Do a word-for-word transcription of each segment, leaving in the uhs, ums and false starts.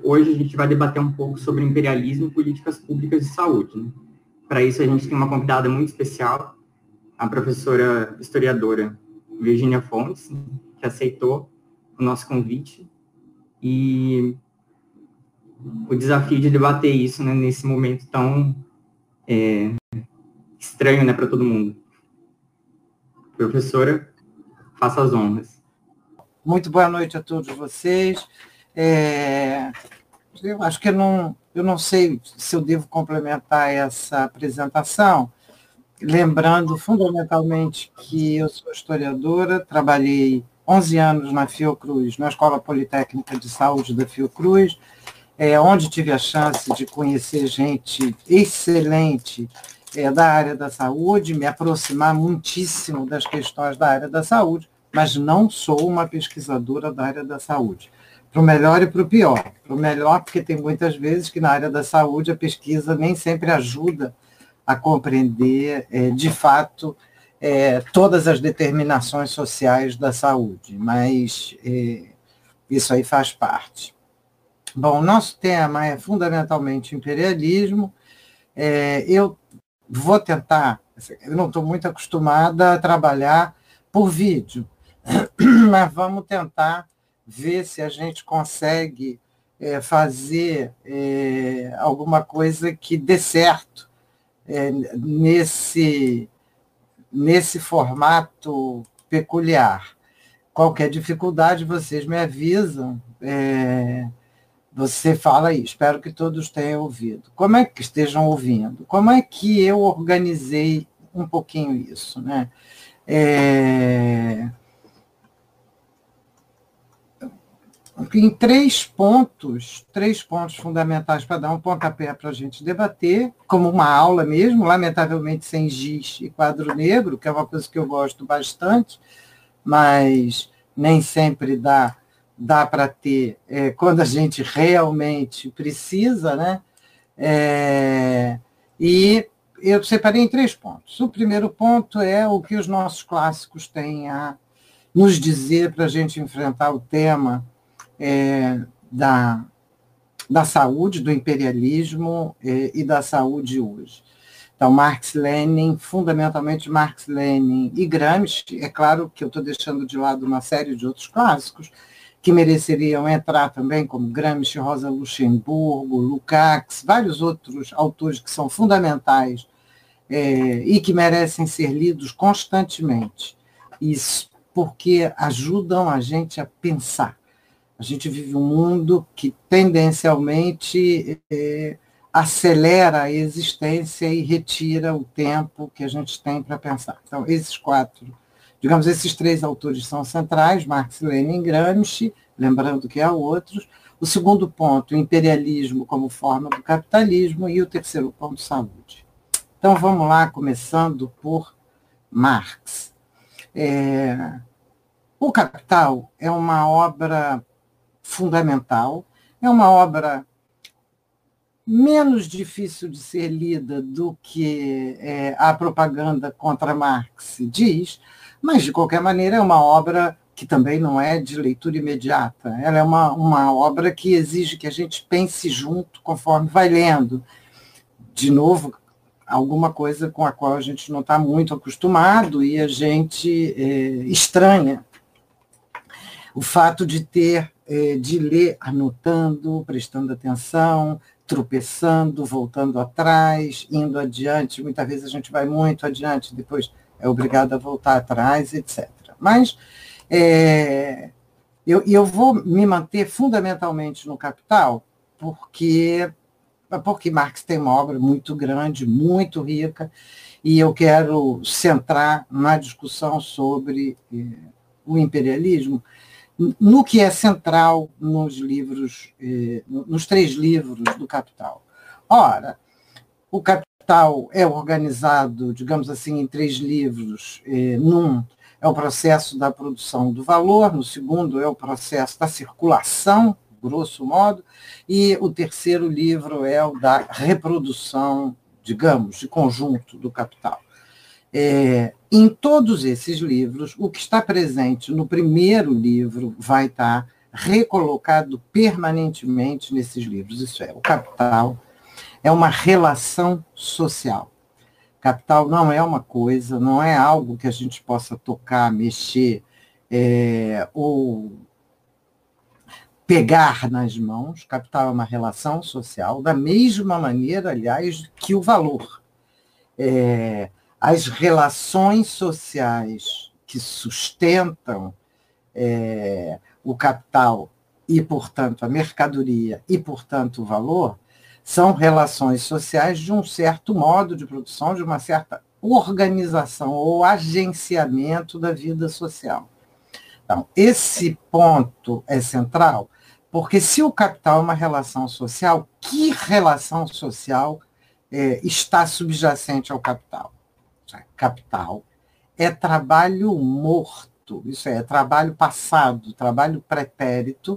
hoje a gente vai debater um pouco sobre imperialismo e políticas públicas de saúde. Né? Para isso, a gente tem uma convidada muito especial, a professora historiadora Virginia Fontes, que aceitou o nosso convite, e o desafio de debater isso, né, nesse momento tão é, estranho, né, para todo mundo. Professora, faça as honras. Muito boa noite a todos vocês. É, eu acho que eu não, eu não sei se eu devo complementar essa apresentação, lembrando fundamentalmente que eu sou historiadora, trabalhei onze anos na Fiocruz, na Escola Politécnica de Saúde da Fiocruz, é, onde tive a chance de conhecer gente excelente é, da área da saúde, me aproximar muitíssimo das questões da área da saúde, mas não sou uma pesquisadora da área da saúde, para o melhor e para o pior. Para o melhor, porque tem muitas vezes que na área da saúde a pesquisa nem sempre ajuda a compreender, é, de fato, é, todas as determinações sociais da saúde, mas é, isso aí faz parte. Bom, nosso tema é fundamentalmente imperialismo. É, eu vou tentar, eu não estou muito acostumada a trabalhar por vídeo, mas vamos tentar ver se a gente consegue é, fazer é, alguma coisa que dê certo é, nesse, nesse formato peculiar. Qualquer dificuldade, vocês me avisam. É, Você fala aí, espero que todos tenham ouvido. Como é que estejam ouvindo? Como é que eu organizei um pouquinho isso, né? É... Em três pontos, três pontos fundamentais para dar um pontapé para a gente debater, como uma aula mesmo, lamentavelmente sem giz e quadro negro, que é uma coisa que eu gosto bastante, mas nem sempre dá dá para ter é, quando a gente realmente precisa, né? É, e eu separei em três pontos. O primeiro ponto é o que os nossos clássicos têm a nos dizer para a gente enfrentar o tema é, da, da saúde, do imperialismo é, e da saúde hoje. Então, Marx, Lenin, fundamentalmente Marx, Lenin e Gramsci. É claro que eu estou deixando de lado uma série de outros clássicos, que mereceriam entrar também, como Gramsci, Rosa Luxemburgo, Lukács, vários outros autores que são fundamentais é, e que merecem ser lidos constantemente. Isso porque ajudam a gente a pensar. A gente vive um mundo que tendencialmente é, acelera a existência e retira o tempo que a gente tem para pensar. Então, esses quatro Digamos, esses três autores são centrais, Marx, Lenin e Gramsci, lembrando que há outros. O segundo ponto, o imperialismo como forma do capitalismo, e o terceiro ponto, saúde. Então, vamos lá, começando por Marx. É, o Capital é uma obra fundamental, é uma obra menos difícil de ser lida do que é, a propaganda contra Marx diz, mas, de qualquer maneira, é uma obra que também não é de leitura imediata. Ela é uma, uma obra que exige que a gente pense junto conforme vai lendo. De novo, alguma coisa com a qual a gente não está muito acostumado e a gente é, estranha. O fato de ter, é, de ler anotando, prestando atenção, tropeçando, voltando atrás, indo adiante. Muitas vezes a gente vai muito adiante, depois é obrigado a voltar atrás, etcétera. Mas é, eu, eu vou me manter fundamentalmente no Capital, porque, porque Marx tem uma obra muito grande, muito rica, e eu quero centrar na discussão sobre é, o imperialismo, no que é central nos livros, é, nos três livros do Capital. Ora, o Capital é organizado, digamos assim, em três livros. Eh, num é o processo da produção do valor, no segundo é o processo da circulação, grosso modo, e o terceiro livro é o da reprodução, digamos, de conjunto do capital. É, em todos esses livros, o que está presente no primeiro livro vai estar recolocado permanentemente nesses livros. Isso é, o capital é uma relação social. Capital não é uma coisa, não é algo que a gente possa tocar, mexer, é, ou pegar nas mãos. Capital é uma relação social, da mesma maneira, aliás, que o valor. É, as relações sociais que sustentam é, o capital e, portanto, a mercadoria e, portanto, o valor, são relações sociais de um certo modo de produção, de uma certa organização ou agenciamento da vida social. Então, esse ponto é central, porque se o capital é uma relação social, que relação social é, está subjacente ao capital? Capital é trabalho morto, isso é, é trabalho passado, trabalho pretérito,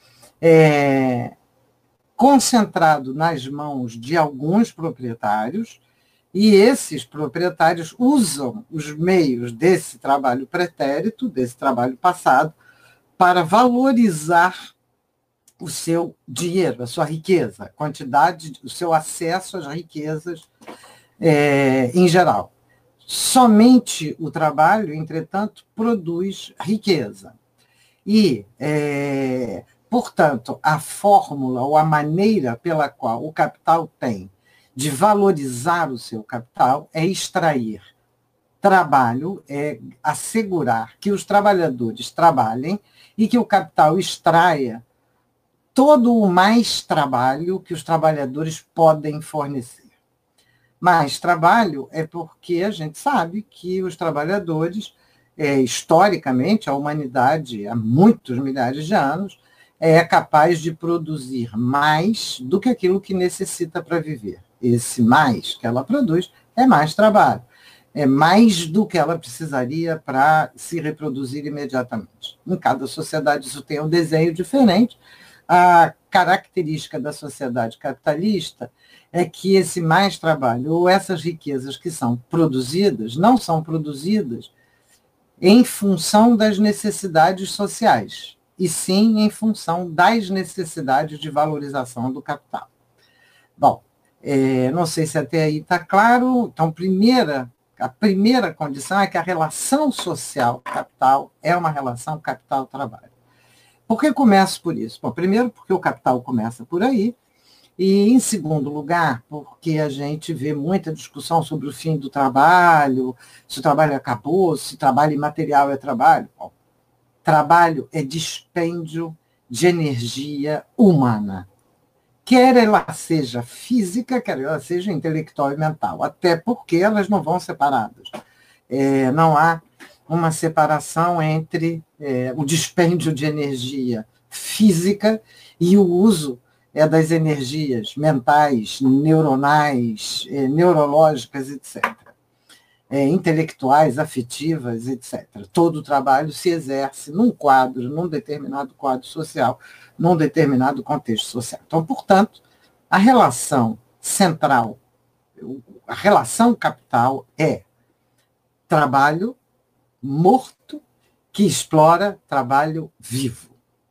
é, concentrado nas mãos de alguns proprietários, e esses proprietários usam os meios desse trabalho pretérito, desse trabalho passado, para valorizar o seu dinheiro, a sua riqueza, a quantidade, o seu acesso às riquezas é, em geral. Somente o trabalho, entretanto, produz riqueza. E, é, portanto, a fórmula ou a maneira pela qual o capital tem de valorizar o seu capital é extrair trabalho, é assegurar que os trabalhadores trabalhem e que o capital extraia todo o mais trabalho que os trabalhadores podem fornecer. Mais trabalho é porque a gente sabe que os trabalhadores, é, historicamente, a humanidade, há muitos milhares de anos, é capaz de produzir mais do que aquilo que necessita para viver. Esse mais que ela produz é mais trabalho, é mais do que ela precisaria para se reproduzir imediatamente. Em cada sociedade isso tem um desenho diferente. A característica da sociedade capitalista é que esse mais trabalho, ou essas riquezas que são produzidas, não são produzidas em função das necessidades sociais, e sim em função das necessidades de valorização do capital. Bom, é, não sei se até aí está claro. Então, primeira, a primeira condição é que a relação social capital é uma relação capital-trabalho. Por que começo por isso? Bom, primeiro, porque o capital começa por aí, e, em segundo lugar, porque a gente vê muita discussão sobre o fim do trabalho, se o trabalho acabou, se trabalho imaterial é trabalho. Bom, trabalho é dispêndio de energia humana, quer ela seja física, quer ela seja intelectual e mental, até porque elas não vão separadas. É, não há uma separação entre é, o dispêndio de energia física e o uso é, das energias mentais, neuronais, é, neurológicas, etcétera. É, intelectuais, afetivas, etcétera. Todo o trabalho se exerce num quadro, num determinado quadro social, num determinado contexto social. Então, portanto, a relação central, a relação capital é trabalho morto que explora trabalho vivo.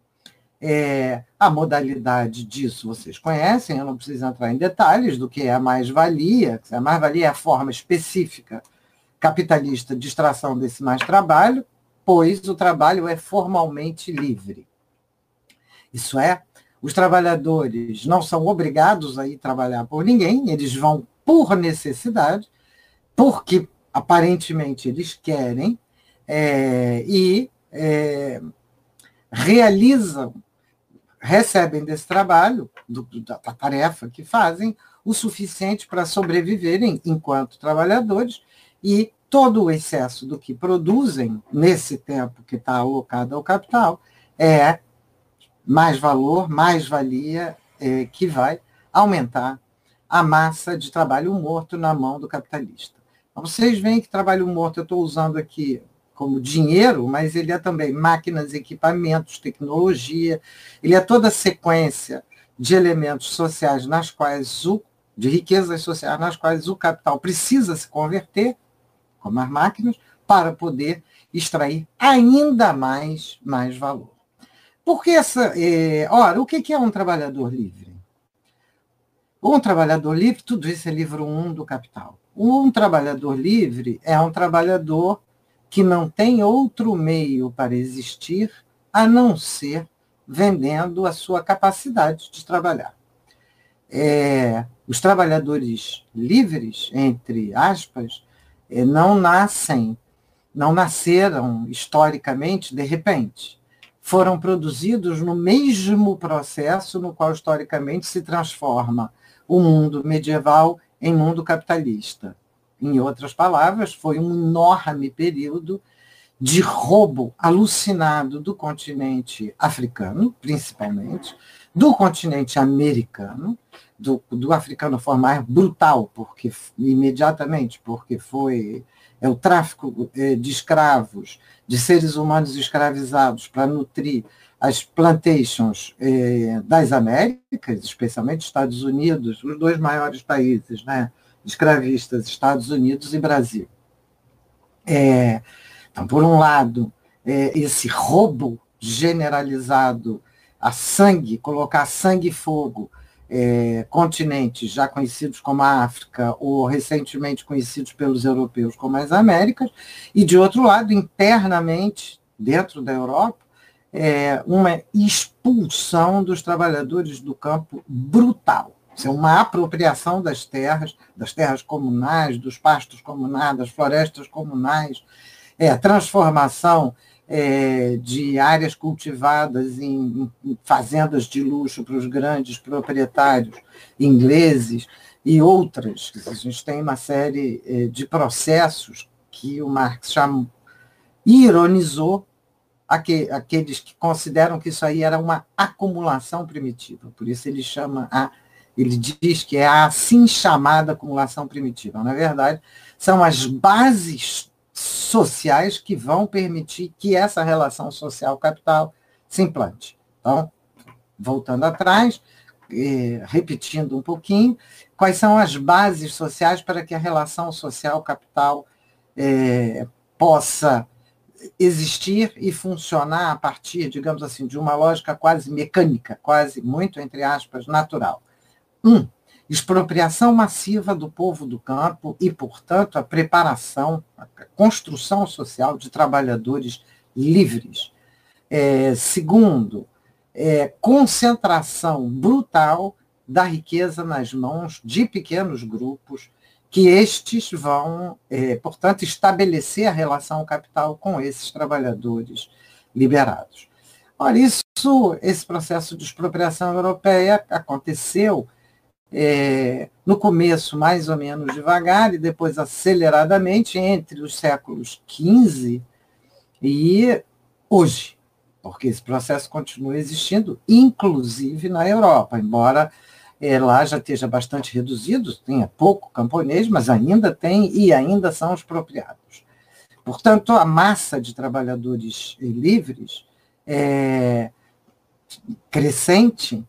É, a modalidade disso vocês conhecem, eu não preciso entrar em detalhes do que é a mais-valia. A mais-valia é a forma específica capitalista de extração desse mais trabalho, pois o trabalho é formalmente livre. Isso é, os trabalhadores não são obrigados a ir trabalhar por ninguém, eles vão por necessidade, porque aparentemente eles querem, é, e é, realizam, recebem desse trabalho, do, da, da tarefa que fazem, o suficiente para sobreviverem enquanto trabalhadores, e todo o excesso do que produzem nesse tempo que está alocado ao capital é mais valor, mais valia, é, que vai aumentar a massa de trabalho morto na mão do capitalista. Então, vocês veem que trabalho morto eu estou usando aqui como dinheiro, mas ele é também máquinas, equipamentos, tecnologia, ele é toda a sequência de elementos sociais nas quais o, de riquezas sociais nas quais o capital precisa se converter, como as máquinas, para poder extrair ainda mais, mais valor. Porque essa. É, ora, o que é um trabalhador livre? Um trabalhador livre, tudo isso é livro um do Capital. Um trabalhador livre é um trabalhador que não tem outro meio para existir a não ser vendendo a sua capacidade de trabalhar. É, os trabalhadores livres, entre aspas, é, não nascem, não nasceram historicamente de repente. Foram produzidos no mesmo processo no qual historicamente se transforma o mundo medieval em mundo capitalista. Em outras palavras, foi um enorme período de roubo alucinado do continente africano, principalmente, do continente americano, do, do africano foi mais brutal, porque imediatamente, porque foi é, o tráfico de escravos, de seres humanos escravizados para nutrir as plantations eh, das Américas, especialmente Estados Unidos, os dois maiores países, né, escravistas, Estados Unidos e Brasil. É, então, por um lado, é, esse roubo generalizado a sangue, colocar sangue e fogo, é, continentes já conhecidos como a África ou recentemente conhecidos pelos europeus como as Américas, e, de outro lado, internamente, dentro da Europa, é, uma expulsão dos trabalhadores do campo brutal. Isso é uma apropriação das terras, das terras comunais, dos pastos comunais, das florestas comunais, é, a transformação é, de áreas cultivadas em, em fazendas de luxo para os grandes proprietários ingleses e outras. A gente tem uma série é, de processos que o Marx chamou, ironizou aqueles que consideram que isso aí era uma acumulação primitiva. Por isso ele chama a, ele diz que é a assim chamada acumulação primitiva. Na verdade, são as bases sociais que vão permitir que essa relação social-capital se implante. Então, voltando atrás, eh, repetindo um pouquinho, quais são as bases sociais para que a relação social-capital eh, possa existir e funcionar a partir, digamos assim, de uma lógica quase mecânica, quase, muito, entre aspas, natural. Um, expropriação massiva do povo do campo e, portanto, a preparação, a construção social de trabalhadores livres. É, segundo, é, concentração brutal da riqueza nas mãos de pequenos grupos, que estes vão, é, portanto, estabelecer a relação capital com esses trabalhadores liberados. Olha, isso, esse processo de expropriação europeia aconteceu é, no começo mais ou menos devagar e depois aceleradamente entre os séculos quinze e hoje, porque esse processo continua existindo, inclusive na Europa, embora É, lá já esteja bastante reduzido, tenha pouco camponês, mas ainda tem e ainda são expropriados. Portanto, a massa de trabalhadores livres é, crescente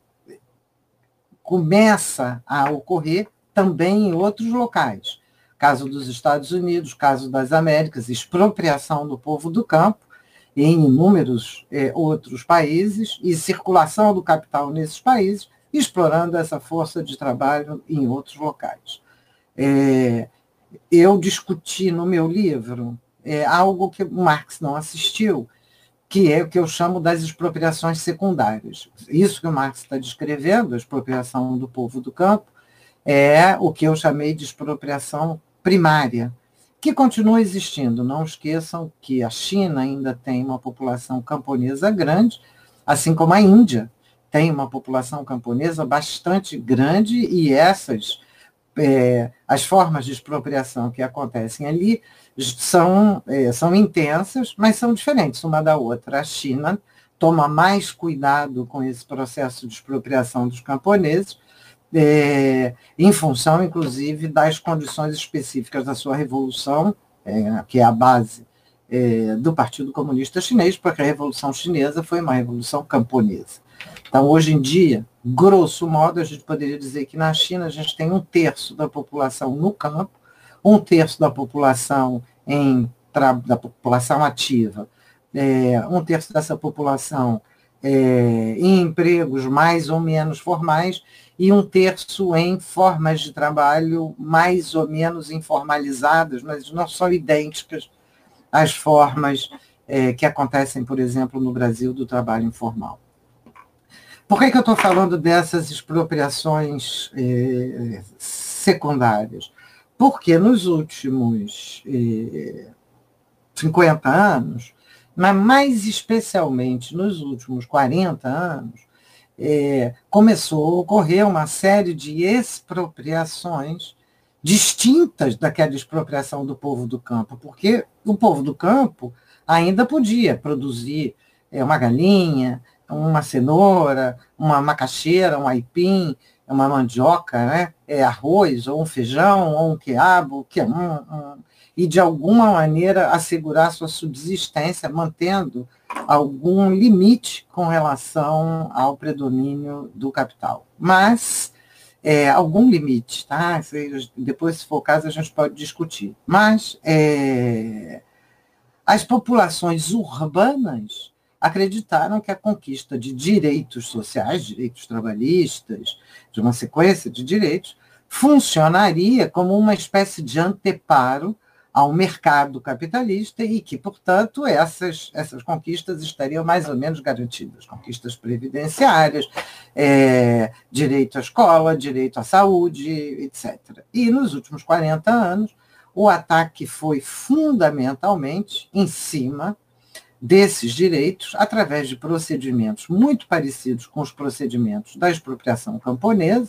começa a ocorrer também em outros locais. Caso dos Estados Unidos, caso das Américas, expropriação do povo do campo, em inúmeros é, outros países, e circulação do capital nesses países, explorando essa força de trabalho em outros locais. É, eu discuti no meu livro é, algo que Marx não assistiu, que é o que eu chamo das expropriações secundárias. Isso que o Marx está descrevendo, a expropriação do povo do campo, é o que eu chamei de expropriação primária, que continua existindo. Não esqueçam que a China ainda tem uma população camponesa grande, assim como a Índia tem uma população camponesa bastante grande, e essas, é, as formas de expropriação que acontecem ali são, é, são intensas, mas são diferentes uma da outra. A China toma mais cuidado com esse processo de expropriação dos camponeses, é, em função, inclusive, das condições específicas da sua revolução, é, que é a base é, do Partido Comunista Chinês, porque a Revolução Chinesa foi uma revolução camponesa. Então, hoje em dia, grosso modo, a gente poderia dizer que na China a gente tem um terço da população no campo, um terço da população em da população ativa, é, um terço dessa população é, em empregos mais ou menos formais e um terço em formas de trabalho mais ou menos informalizadas, mas não são idênticas às formas é, que acontecem, por exemplo, no Brasil, do trabalho informal. Por que, que eu estou falando dessas expropriações eh, secundárias? Porque nos últimos eh, cinquenta anos, mas mais especialmente nos últimos quarenta anos, eh, começou a ocorrer uma série de expropriações distintas daquela expropriação do povo do campo, porque o povo do campo ainda podia produzir eh, uma galinha, uma cenoura, uma macaxeira, um aipim, uma mandioca, né? É arroz, ou um feijão, ou um quiabo, que, um, um, e de alguma maneira assegurar sua subsistência, mantendo algum limite com relação ao predomínio do capital. Mas, é, algum limite, tá? Depois, se for o caso, a gente pode discutir. Mas é, as populações urbanas acreditaram que a conquista de direitos sociais, direitos trabalhistas, de uma sequência de direitos, funcionaria como uma espécie de anteparo ao mercado capitalista e que, portanto, essas, essas conquistas estariam mais ou menos garantidas. Conquistas previdenciárias, é, direito à escola, direito à saúde, etcétera. E, nos últimos quarenta anos, o ataque foi fundamentalmente em cima desses direitos, através de procedimentos muito parecidos com os procedimentos da expropriação camponesa,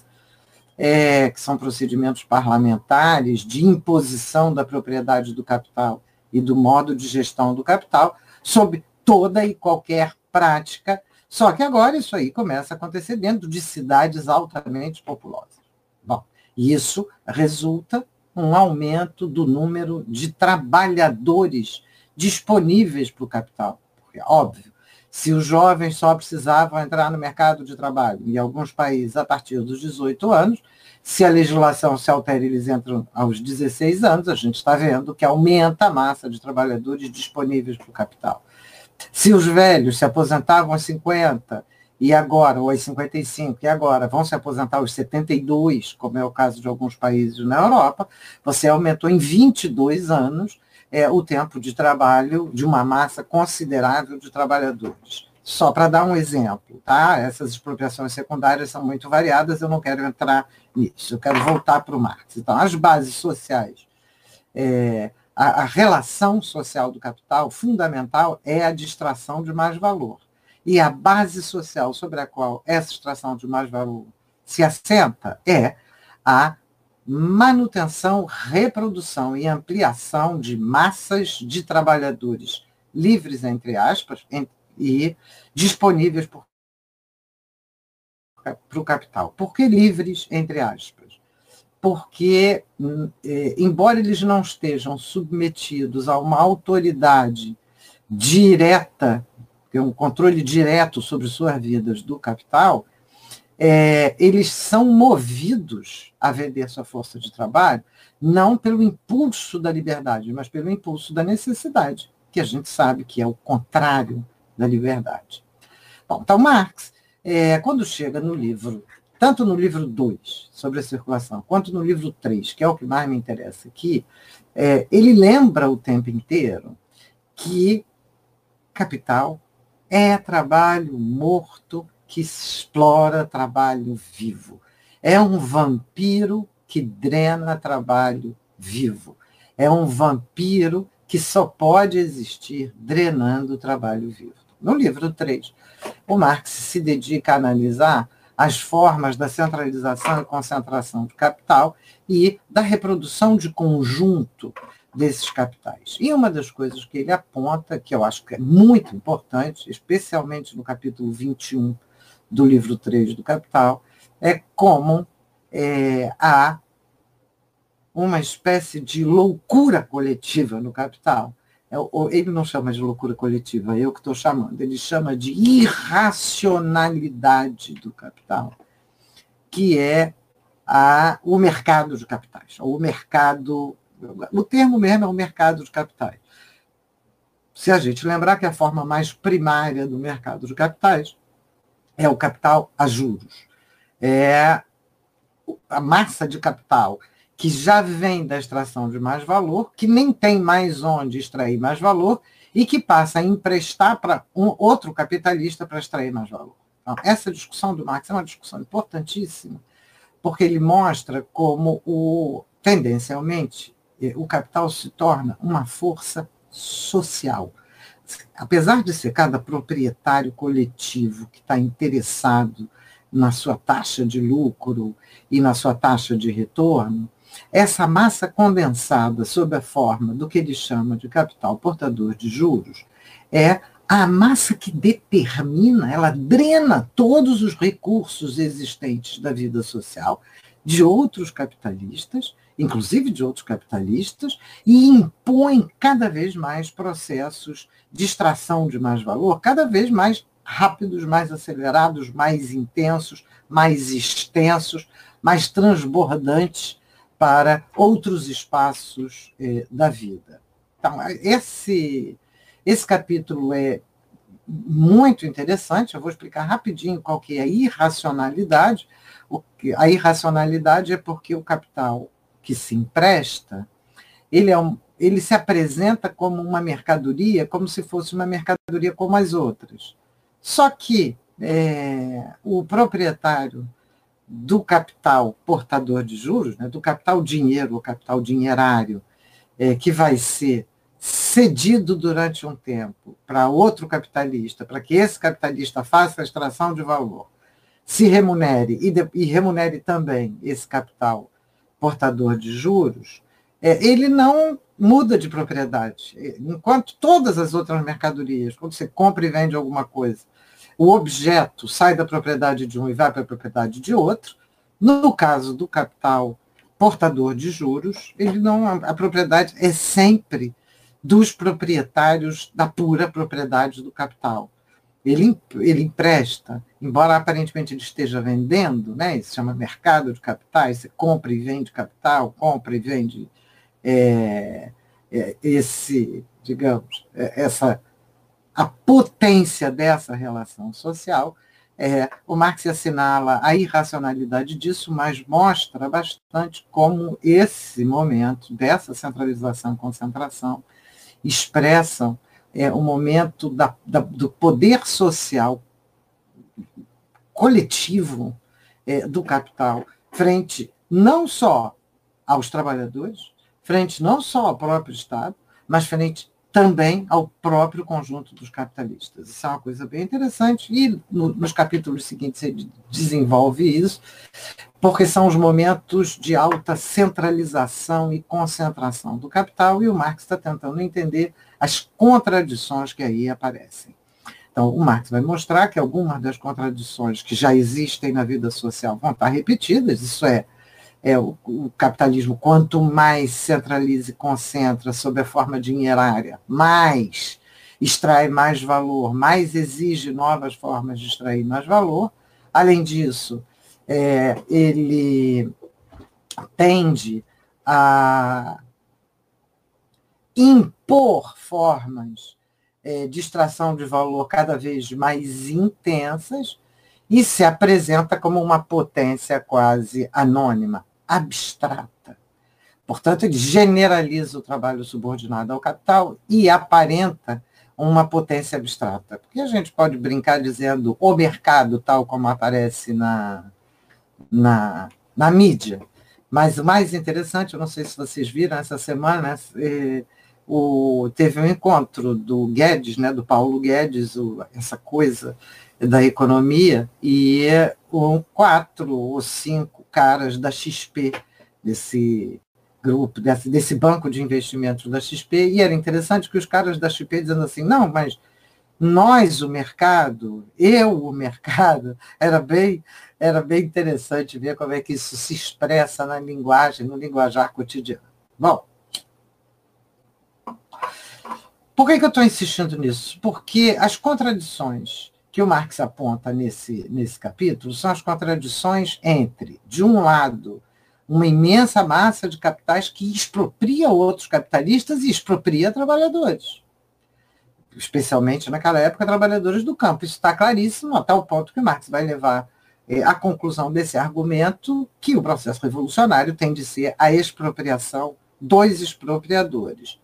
é, que são procedimentos parlamentares de imposição da propriedade do capital e do modo de gestão do capital, sob toda e qualquer prática, só que agora isso aí começa a acontecer dentro de cidades altamente populosas. Bom, isso resulta um aumento do número de trabalhadores disponíveis para o capital. Porque, óbvio, se os jovens só precisavam entrar no mercado de trabalho, em alguns países a partir dos dezoito anos, se a legislação se altera e eles entram aos dezesseis anos, a gente está vendo que aumenta a massa de trabalhadores disponíveis para o capital. Se os velhos se aposentavam aos cinquenta e agora, ou aos cinquenta e cinco, e agora vão se aposentar aos setenta e dois, como é o caso de alguns países na Europa, você aumentou em vinte e dois anos É, o tempo de trabalho de uma massa considerável de trabalhadores. Só para dar um exemplo, tá? Essas expropriações secundárias são muito variadas, eu não quero entrar nisso, eu quero voltar para o Marx. Então, as bases sociais, é, a, a relação social do capital fundamental é a de extração de mais valor. E a base social sobre a qual essa extração de mais valor se assenta é a manutenção, reprodução e ampliação de massas de trabalhadores livres, entre aspas, e disponíveis por, para o capital. Por que livres, entre aspas? Porque, embora eles não estejam submetidos a uma autoridade direta, que é um controle direto sobre suas vidas do capital, É, eles são movidos a vender sua força de trabalho não pelo impulso da liberdade, mas pelo impulso da necessidade, que a gente sabe que é o contrário da liberdade. Bom, então, Marx, é, quando chega no livro, tanto no livro dois, sobre a circulação, quanto no livro três, que é o que mais me interessa aqui, é, ele lembra o tempo inteiro que capital é trabalho morto que explora trabalho vivo. É um vampiro que drena trabalho vivo. É um vampiro que só pode existir drenando o trabalho vivo. No livro três, o Marx se dedica a analisar as formas da centralização e concentração do capital e da reprodução de conjunto desses capitais. E uma das coisas que ele aponta, que eu acho que é muito importante, especialmente no capítulo vinte e um do livro três do Capital, é como é, há uma espécie de loucura coletiva no capital. Ele não chama de loucura coletiva, eu que estou chamando, ele chama de irracionalidade do capital, que é a, o mercado de capitais, ou o mercado, o termo mesmo é o mercado de capitais. se a gente lembrar que a forma mais primária do mercado de capitais é o capital a juros. É a massa de capital que já vem da extração de mais valor, que nem tem mais onde extrair mais valor e que passa a emprestar para um outro capitalista para extrair mais valor. Então, essa discussão do Marx é uma discussão importantíssima, porque ele mostra como, o, tendencialmente, o capital se torna uma força social. Apesar de ser cada proprietário coletivo que está interessado na sua taxa de lucro e na sua taxa de retorno, essa massa condensada sob a forma do que ele chama de capital portador de juros é a massa que determina, ela drena todos os recursos existentes da vida social de outros capitalistas, inclusive de outros capitalistas, e impõe cada vez mais processos de extração de mais valor, cada vez mais rápidos, mais acelerados, mais intensos, mais extensos, mais transbordantes para outros espaços eh, da vida. Então, esse, esse capítulo é muito interessante, eu vou explicar rapidinho qual que é a irracionalidade. O que, a irracionalidade é porque o capital que se empresta, ele, é um, ele se apresenta como uma mercadoria, como se fosse uma mercadoria como as outras. Só que é, o proprietário do capital portador de juros, né, do capital dinheiro, o capital dinheirário, é, que vai ser cedido durante um tempo para outro capitalista, para que esse capitalista faça a extração de valor, se remunere e, de, e remunere também esse capital portador de juros, é, ele não muda de propriedade. Enquanto todas as outras mercadorias, quando você compra e vende alguma coisa, o objeto sai da propriedade de um e vai para a propriedade de outro, no caso do capital portador de juros, ele não, a propriedade é sempre dos proprietários da pura propriedade do capital. Ele, ele empresta, embora aparentemente ele esteja vendendo, né, isso se chama mercado de capitais, você compra e vende capital, compra e vende é, é, esse, digamos, é, essa, a potência dessa relação social. É, o Marx assinala a irracionalidade disso, mas mostra bastante como esse momento dessa centralização e concentração expressam é, o momento da, da, do poder social coletivo é, do capital frente não só aos trabalhadores, frente não só ao próprio Estado, mas frente também ao próprio conjunto dos capitalistas. Isso é uma coisa bem interessante, e no, nos capítulos seguintes ele desenvolve isso, porque são os momentos de alta centralização e concentração do capital, e o Marx está tentando entender as contradições que aí aparecem. Então, o Marx vai mostrar que algumas das contradições que já existem na vida social vão estar repetidas, isso é, É, o, o capitalismo, quanto mais centraliza e concentra sob a forma dinheirária, mais extrai mais valor, mais exige novas formas de extrair mais valor. Além disso, é, ele tende a impor formas é, de extração de valor cada vez mais intensas e se apresenta como uma potência quase anônima, abstrata. Portanto, ele generaliza o trabalho subordinado ao capital e aparenta uma potência abstrata. Porque a gente pode brincar dizendo o mercado, tal como aparece na, na, na mídia. Mas o mais interessante, eu não sei se vocês viram essa semana, é, o, teve um encontro do Guedes, né, do Paulo Guedes, o, essa coisa da economia, e um, quatro ou cinco caras da X P, desse grupo, desse, desse banco de investimentos da X P, e era interessante que os caras da X P dizendo assim, não, mas nós, o mercado, eu, o mercado, era bem, era bem interessante ver como é que isso se expressa na linguagem, no linguajar cotidiano. Bom, por que, que eu estou insistindo nisso? Porque as contradições que o Marx aponta nesse, nesse capítulo são as contradições entre, de um lado, uma imensa massa de capitais que expropria outros capitalistas e expropria trabalhadores. especialmente naquela época, trabalhadores do campo. Isso está claríssimo, a tal ponto que Marx vai levar é, à conclusão desse argumento que o processo revolucionário tem de ser a expropriação dos expropriadores.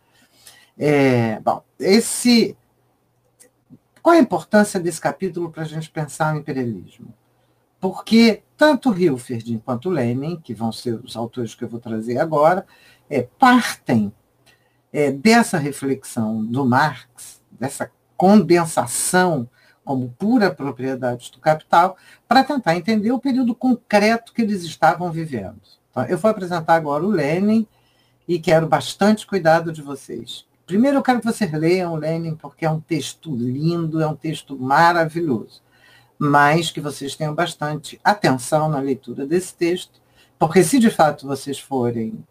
É, bom, esse... Qual a importância desse capítulo para a gente pensar o imperialismo? Porque tanto Hilferd quanto Lenin, que vão ser os autores que eu vou trazer agora, é, partem é, dessa reflexão do Marx, dessa condensação como pura propriedade do capital, para tentar entender o período concreto que eles estavam vivendo. Então, eu vou apresentar agora o Lenin e quero bastante cuidado de vocês. Primeiro, eu quero que vocês leiam o Lenin, porque é um texto lindo, é um texto maravilhoso, mas que vocês tenham bastante atenção na leitura desse texto, porque se de fato vocês forem,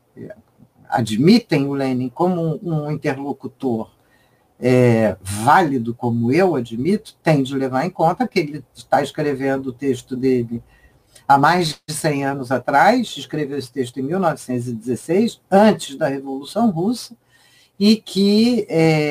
admitem o Lenin como um, um interlocutor é, válido, como eu admito, tem de levar em conta que ele está escrevendo o texto dele há mais de cem anos atrás, escreveu esse texto em mil novecentos e dezesseis, antes da Revolução Russa, e que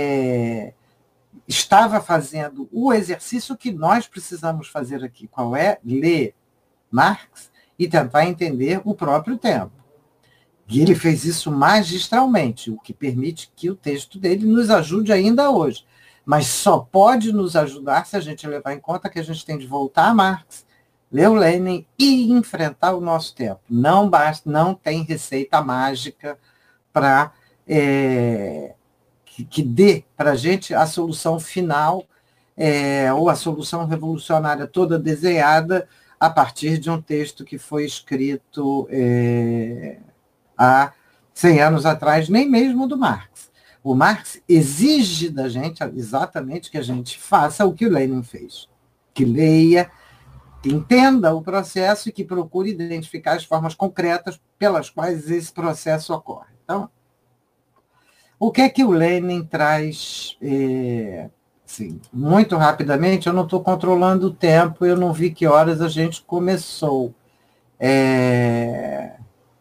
é, estava fazendo o exercício que nós precisamos fazer aqui, qual é? Ler Marx e tentar entender o próprio tempo. E ele fez isso magistralmente, o que permite que o texto dele nos ajude ainda hoje. Mas só pode nos ajudar se a gente levar em conta que a gente tem de voltar a Marx, ler o Lenin e enfrentar o nosso tempo. Não basta, não tem receita mágica para... É, que, que dê para a gente a solução final é, ou a solução revolucionária toda desenhada a partir de um texto que foi escrito é, há cem anos atrás, nem mesmo do Marx. O Marx exige da gente exatamente que a gente faça o que o Lenin fez, que leia, que entenda o processo e que procure identificar as formas concretas pelas quais esse processo ocorre. Então, o que é que o Lenin traz, é, assim, muito rapidamente? Eu não estou controlando o tempo, eu não vi que horas a gente começou. É...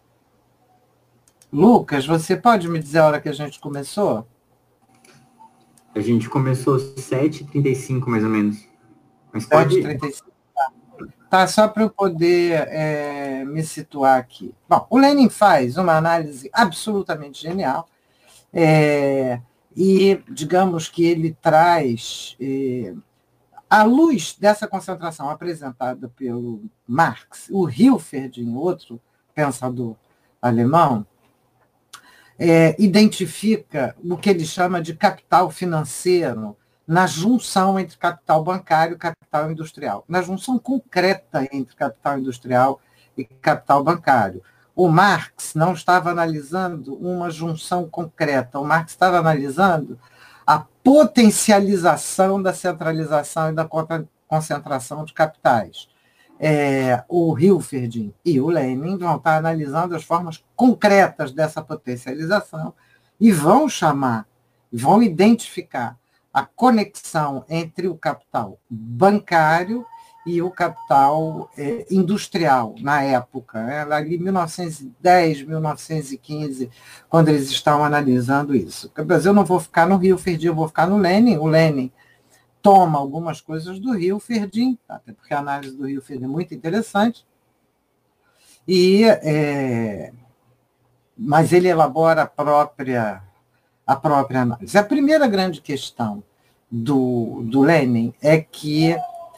Lucas, você pode me dizer a hora que a gente começou? A gente começou às sete e trinta e cinco, mais ou menos. Mas pode... sete e trinta e cinco. Tá, só para eu poder é, me situar aqui. Bom, o Lenin faz uma análise absolutamente genial, É, e, digamos que ele traz, é, à luz dessa concentração apresentada pelo Marx, o Hilferd, outro pensador alemão, é, identifica o que ele chama de capital financeiro na junção entre capital bancário e capital industrial, na junção concreta entre capital industrial e capital bancário. O Marx não estava analisando uma junção concreta, o Marx estava analisando a potencialização da centralização e da concentração de capitais. É, o Hilferd e o Lenin vão estar analisando as formas concretas dessa potencialização e vão chamar, vão identificar a conexão entre o capital bancário e o capital é, industrial, na época, né? Ali em mil novecentos e dez, mil novecentos e quinze, quando eles estão analisando isso. Mas eu não vou ficar no Hilferd, eu vou ficar no Lenin. O Lenin toma algumas coisas do Hilferd, até porque a análise do Hilferd é muito interessante, e, é, mas ele elabora a própria, a própria análise. A primeira grande questão do, do Lenin é que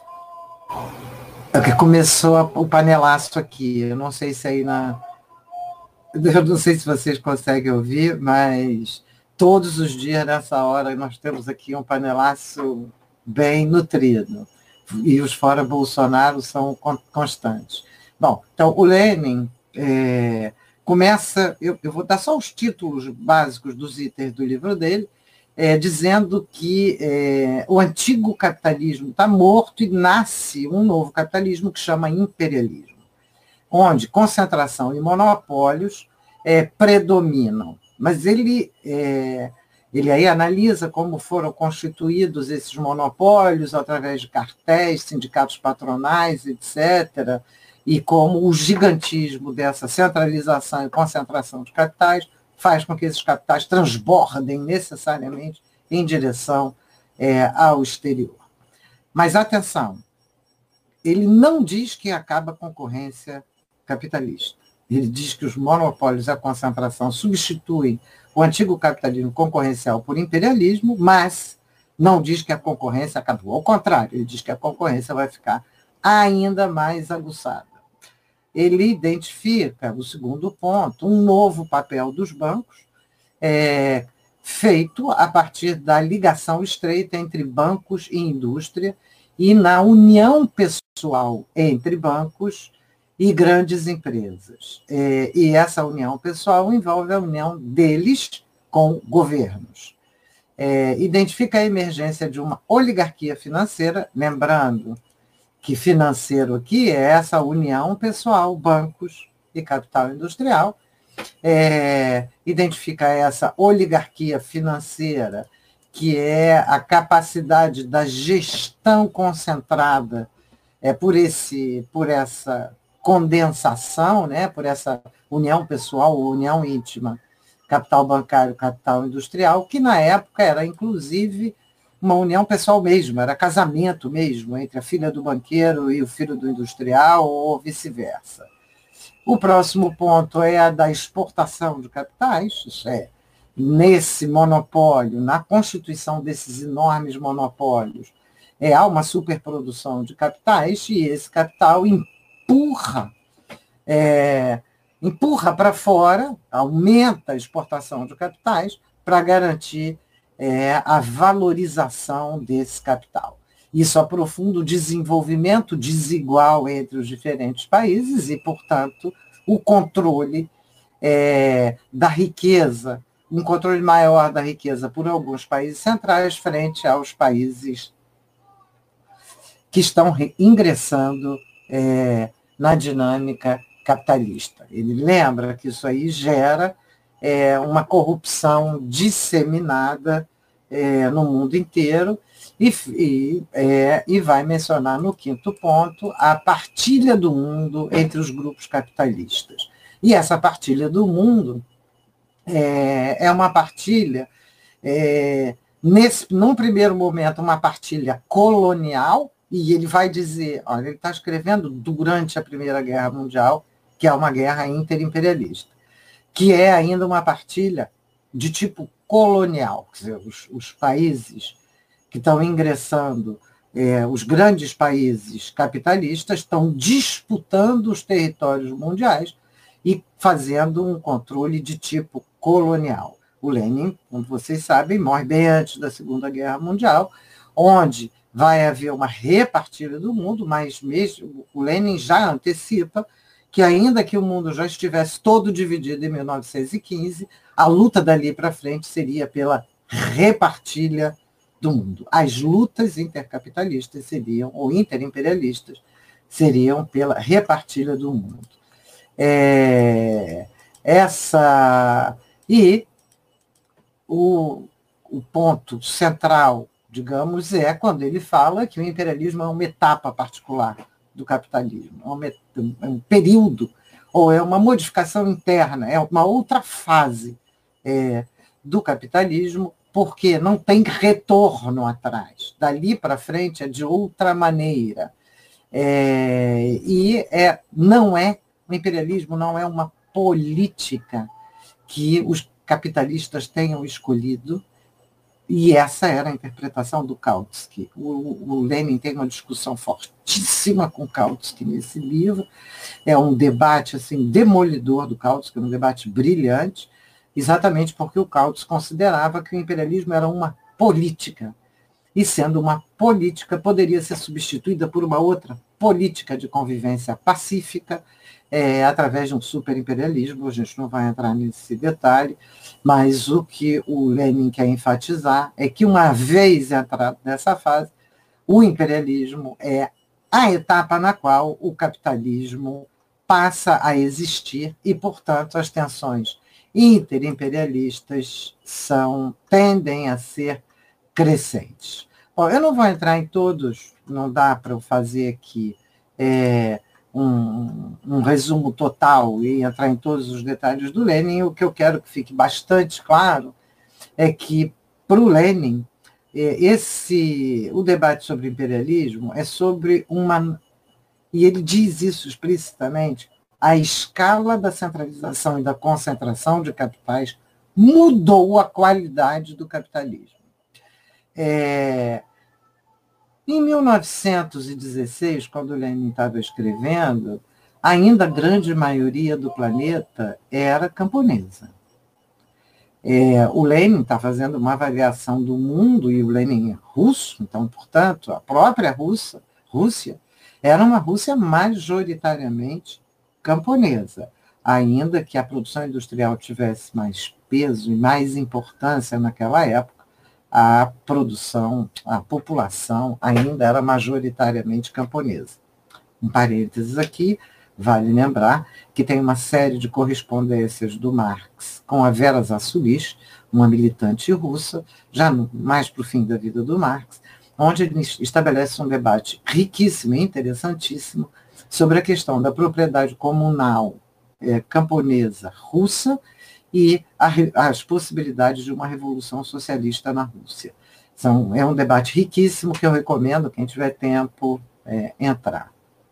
que começou o panelaço aqui. Eu não sei se aí na... Eu não sei se vocês conseguem ouvir, mas todos os dias, nessa hora, nós temos aqui um panelaço bem nutrido. E os fora Bolsonaro são constantes. Bom, então, o Lenin é, começa... Eu, eu vou dar só os títulos básicos dos itens do livro dele, É, dizendo que é, o antigo capitalismo está morto e nasce um novo capitalismo que chama imperialismo, onde concentração e monopólios é, predominam. Mas ele, é, ele aí analisa como foram constituídos esses monopólios através de cartéis, sindicatos patronais, etcétera, e como o gigantismo dessa centralização e concentração de capitais faz com que esses capitais transbordem necessariamente em direção é, ao exterior. Mas, atenção, ele não diz que acaba a concorrência capitalista. Ele diz que os monopólios e a concentração substituem o antigo capitalismo concorrencial por imperialismo, mas não diz que a concorrência acabou. Ao contrário, ele diz que a concorrência vai ficar ainda mais aguçada. Ele identifica, o segundo ponto, um novo papel dos bancos, é, feito a partir da ligação estreita entre bancos e indústria e na união pessoal entre bancos e grandes empresas. É, e essa união pessoal envolve a união deles com governos. É, identifica a emergência de uma oligarquia financeira, lembrando que financeiro aqui é essa união pessoal, bancos e capital industrial. É, identifica essa oligarquia financeira, que é a capacidade da gestão concentrada é, por, esse, por essa condensação, né, por essa união pessoal, união íntima, capital bancário, capital industrial, que na época era, inclusive, uma união pessoal mesmo, era casamento mesmo, entre a filha do banqueiro e o filho do industrial, ou vice-versa. O próximo ponto é a da exportação de capitais, isso é, nesse monopólio, na constituição desses enormes monopólios, é, há uma superprodução de capitais e esse capital empurra, é, empurra para fora, aumenta a exportação de capitais para garantir é, a valorização desse capital. Isso aprofunda o desenvolvimento desigual entre os diferentes países e, portanto, o controle é, da riqueza, um controle maior da riqueza por alguns países centrais frente aos países que estão ingressando é, na dinâmica capitalista. Ele lembra que isso aí gera é, uma corrupção disseminada é, no mundo inteiro e, e, é, e vai mencionar no quinto ponto a partilha do mundo entre os grupos capitalistas. E essa partilha do mundo é, é uma partilha, é, nesse, num primeiro momento, uma partilha colonial, e ele vai dizer, olha, ele está escrevendo durante a Primeira Guerra Mundial, que é uma guerra interimperialista, que é ainda uma partilha de tipo colonial, quer dizer, os, os países que estão ingressando, é, os grandes países capitalistas estão disputando os territórios mundiais e fazendo um controle de tipo colonial. O Lenin, como vocês sabem, morre bem antes da Segunda Guerra Mundial, onde vai haver uma repartilha do mundo, mas mesmo o Lenin já antecipa que, ainda que o mundo já estivesse todo dividido em mil novecentos e quinze, a luta dali para frente seria pela repartilha do mundo. As lutas intercapitalistas seriam, ou interimperialistas, seriam pela repartilha do mundo. É, essa, e o, o ponto central, digamos, é quando ele fala que o imperialismo é uma etapa particular do capitalismo, é um, é um período, ou é uma modificação interna, é uma outra fase é, do capitalismo, porque não tem retorno atrás. Dali para frente é de outra maneira. É, e é, não é, o imperialismo não é uma política que os capitalistas tenham escolhido, e essa era a interpretação do Kautsky. O, o Lenin tem uma discussão fortíssima com Kautsky nesse livro, é um debate assim, demolidor do Kautsky, um debate brilhante, exatamente porque o Kautsky considerava que o imperialismo era uma política, e sendo uma política, poderia ser substituída por uma outra política de convivência pacífica, é, através de um superimperialismo. A gente não vai entrar nesse detalhe, mas o que o Lenin quer enfatizar é que, uma vez entrado nessa fase, o imperialismo é a etapa na qual o capitalismo passa a existir e, portanto, as tensões interimperialistas são, tendem a ser crescentes. Bom, eu não vou entrar em todos, não dá para eu fazer aqui é, um, um resumo total e entrar em todos os detalhes do Lenin. O que eu quero que fique bastante claro é que, para o Lenin, esse, o debate sobre imperialismo é sobre uma, e ele diz isso explicitamente, a escala da centralização e da concentração de capitais mudou a qualidade do capitalismo. É, em mil novecentos e dezesseis, quando Lenin estava escrevendo, ainda a grande maioria do planeta era camponesa. É, o Lenin está fazendo uma avaliação do mundo, e o Lenin é russo, então, portanto, a própria Rússia, Rússia era uma Rússia majoritariamente camponesa, ainda que a produção industrial tivesse mais peso e mais importância naquela época, a produção, a população ainda era majoritariamente camponesa. Um parênteses aqui, vale lembrar que tem uma série de correspondências do Marx com a Vera Zasulich, uma militante russa, já no, mais para o fim da vida do Marx, onde ele estabelece um debate riquíssimo e interessantíssimo sobre a questão da propriedade comunal é, camponesa russa e a, as possibilidades de uma revolução socialista na Rússia. São, é um debate riquíssimo que eu recomendo, quem tiver tempo, é, entrar.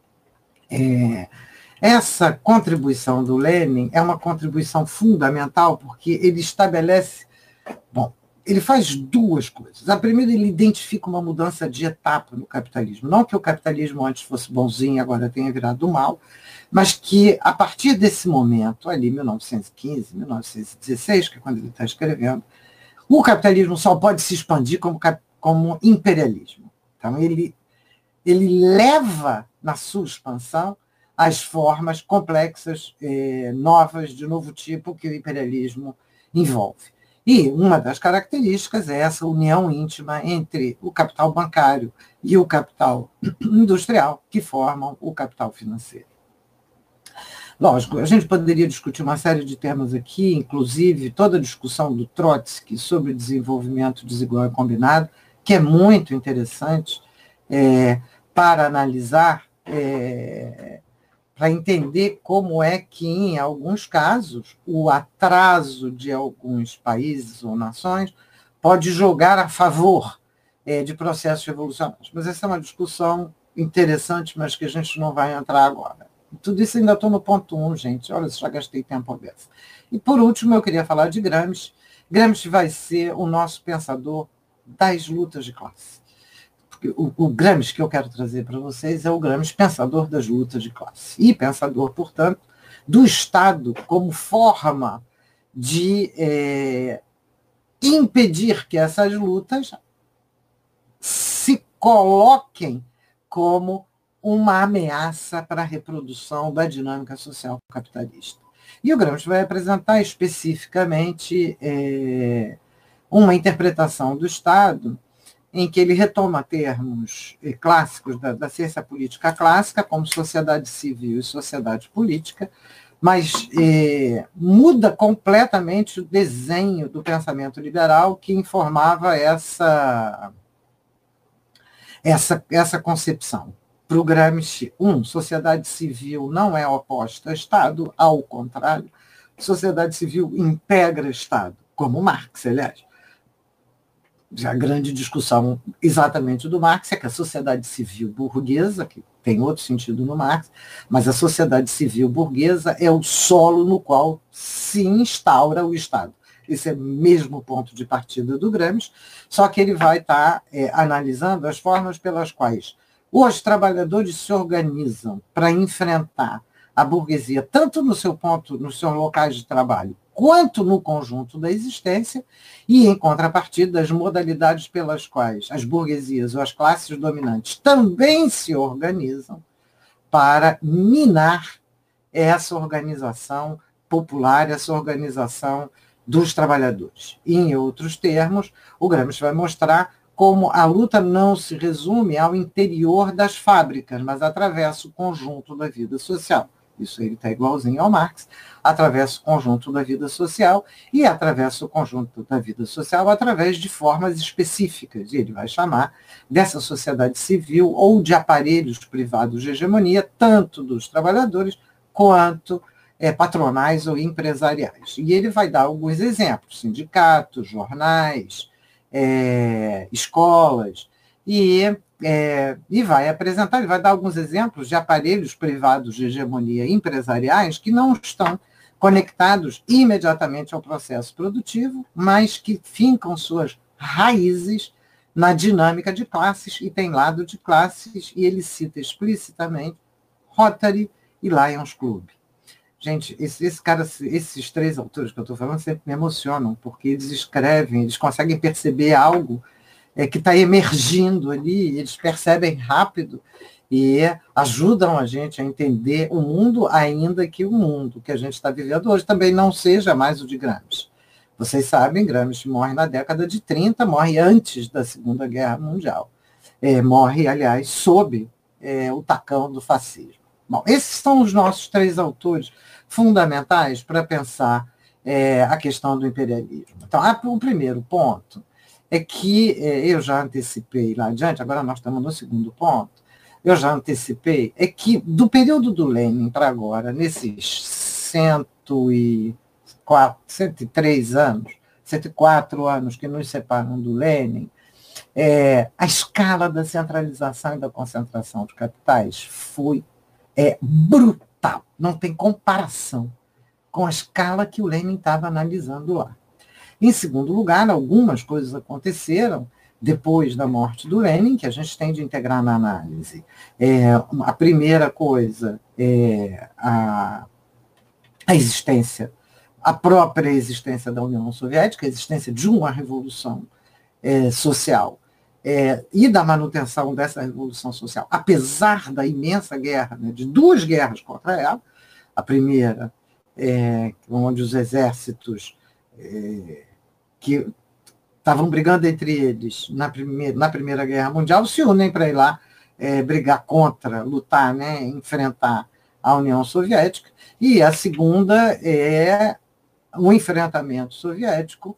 É, essa contribuição do Lenin é uma contribuição fundamental porque ele estabelece... Bom, ele faz duas coisas. A primeira, ele identifica uma mudança de etapa no capitalismo. Não que o capitalismo antes fosse bonzinho, agora tenha virado mal, mas que, a partir desse momento, ali, mil novecentos e quinze, mil novecentos e dezesseis, que é quando ele está escrevendo, o capitalismo só pode se expandir como, como imperialismo. Então, ele, ele leva, na sua expansão, as formas complexas, eh, novas, de novo tipo, que o imperialismo envolve. E uma das características é essa união íntima entre o capital bancário e o capital industrial, que formam o capital financeiro. Lógico, a gente poderia discutir uma série de temas aqui, inclusive toda a discussão do Trotsky sobre desenvolvimento desigual e combinado, que é muito interessante é, para analisar, é, para entender como é que, em alguns casos, o atraso de alguns países ou nações pode jogar a favor é, de processos revolucionários. Mas essa é uma discussão interessante, mas que a gente não vai entrar agora. Tudo isso ainda estou no ponto um, gente. Olha, já gastei tempo a beça. E, por último, eu queria falar de Gramsci. Gramsci vai ser o nosso pensador das lutas de classe. Porque o, o Gramsci que eu quero trazer para vocês é o Gramsci pensador das lutas de classe. E pensador, portanto, do Estado como forma de é, impedir que essas lutas se coloquem como uma ameaça para a reprodução da dinâmica social capitalista. E o Gramsci vai apresentar especificamente é, uma interpretação do Estado em que ele retoma termos é, clássicos da, da ciência política clássica, como sociedade civil e sociedade política, mas é, muda completamente o desenho do pensamento liberal que informava essa, essa, essa concepção. Para o Gramsci, um, sociedade civil não é oposta ao Estado, ao contrário, sociedade civil integra Estado, como Marx, aliás. A grande discussão exatamente do Marx é que a sociedade civil burguesa, que tem outro sentido no Marx, mas a sociedade civil burguesa é o solo no qual se instaura o Estado. Esse é o mesmo ponto de partida do Gramsci, só que ele vai estar é, analisando as formas pelas quais os trabalhadores se organizam para enfrentar a burguesia, tanto no seu ponto, nos seus locais de trabalho, quanto no conjunto da existência, e, em contrapartida, as modalidades pelas quais as burguesias ou as classes dominantes também se organizam para minar essa organização popular, essa organização dos trabalhadores. E, em outros termos, o Gramsci vai mostrar como a luta não se resume ao interior das fábricas, mas atravessa o conjunto da vida social. Isso ele está igualzinho ao Marx, atravessa o conjunto da vida social e atravessa o conjunto da vida social através de formas específicas. E ele vai chamar dessa sociedade civil ou de aparelhos privados de hegemonia, tanto dos trabalhadores quanto é, patronais ou empresariais. E ele vai dar alguns exemplos, sindicatos, jornais, é, escolas, e, é, e vai apresentar, ele vai dar alguns exemplos de aparelhos privados de hegemonia empresariais que não estão conectados imediatamente ao processo produtivo, mas que fincam suas raízes na dinâmica de classes, e tem lado de classes, e ele cita explicitamente Rotary e Lions Club. Gente, esse, esse cara, esses três autores que eu estou falando sempre me emocionam, porque eles escrevem, eles conseguem perceber algo é, que está emergindo ali, eles percebem rápido e ajudam a gente a entender o mundo, ainda que o mundo que a gente está vivendo hoje também não seja mais o de Gramsci. Vocês sabem, Gramsci morre na década de trinta, morre antes da Segunda Guerra Mundial. É, morre, aliás, sob é, o tacão do fascismo. Bom, esses são os nossos três autores fundamentais para pensar é, a questão do imperialismo. Então, ah, o primeiro ponto é que é, eu já antecipei lá adiante, agora nós estamos no segundo ponto, eu já antecipei, é que do período do Lenin para agora, nesses cento e quatro, cento e três anos, cento e quatro anos que nos separam do Lenin, é, a escala da centralização e da concentração de capitais foi é, brutal, não tem comparação com a escala que o Lenin estava analisando lá. Em segundo lugar, algumas coisas aconteceram depois da morte do Lenin, que a gente tem de integrar na análise. É, a primeira coisa é a, a existência, a própria existência da União Soviética, a existência de uma revolução é, social, é, e da manutenção dessa revolução social, apesar da imensa guerra, né, de duas guerras contra ela, a primeira, é, onde os exércitos é, que estavam brigando entre eles na primeira, na primeira Guerra Mundial se unem para ir lá é, brigar contra, lutar, né, enfrentar a União Soviética, e a segunda é o enfrentamento soviético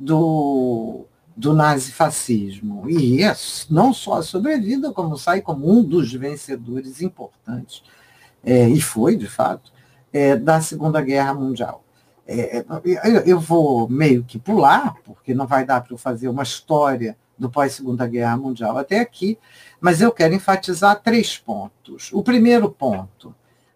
do, do nazifascismo. E isso, não só a sobrevida, como sai como um dos vencedores importantes, é, e foi, de fato, é, da Segunda Guerra Mundial. É, eu, eu vou meio que pular, porque não vai dar para eu fazer uma história do pós-Segunda Guerra Mundial até aqui, mas eu quero enfatizar três pontos. O primeiro ponto: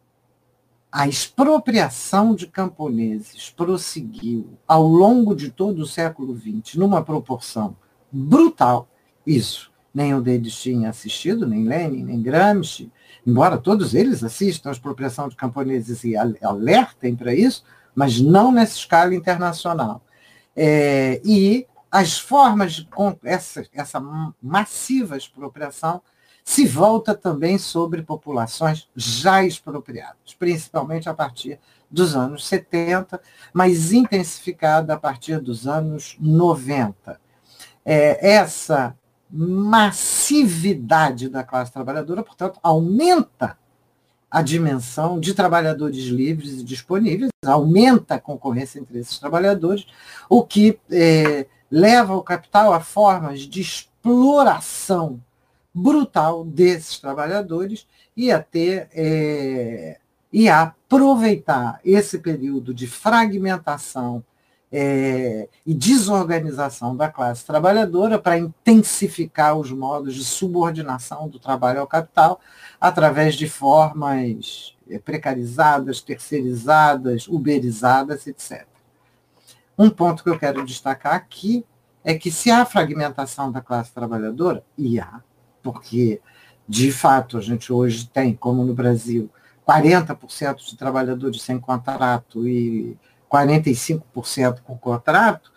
a expropriação de camponeses prosseguiu ao longo de todo o século vinte numa proporção brutal. Isso, nenhum deles tinha assistido, nem Lenin, nem Gramsci, embora todos eles assistam à expropriação de camponeses e alertem para isso, mas não nessa escala internacional. É, e as formas de essa, essa massiva expropriação se volta também sobre populações já expropriadas, principalmente a partir dos anos setenta, mas intensificada a partir dos anos noventa. É, essa massividade da classe trabalhadora, portanto, aumenta a dimensão de trabalhadores livres e disponíveis, aumenta a concorrência entre esses trabalhadores, o que é, leva o capital a formas de exploração brutal desses trabalhadores e a ter é, e a aproveitar esse período de fragmentação é, e desorganização da classe trabalhadora para intensificar os modos de subordinação do trabalho ao capital através de formas precarizadas, terceirizadas, uberizadas, etcétera. Um ponto que eu quero destacar aqui é que se há fragmentação da classe trabalhadora, e há, porque, de fato, a gente hoje tem, como no Brasil, quarenta por cento de trabalhadores sem contrato e quarenta e cinco por cento com contrato,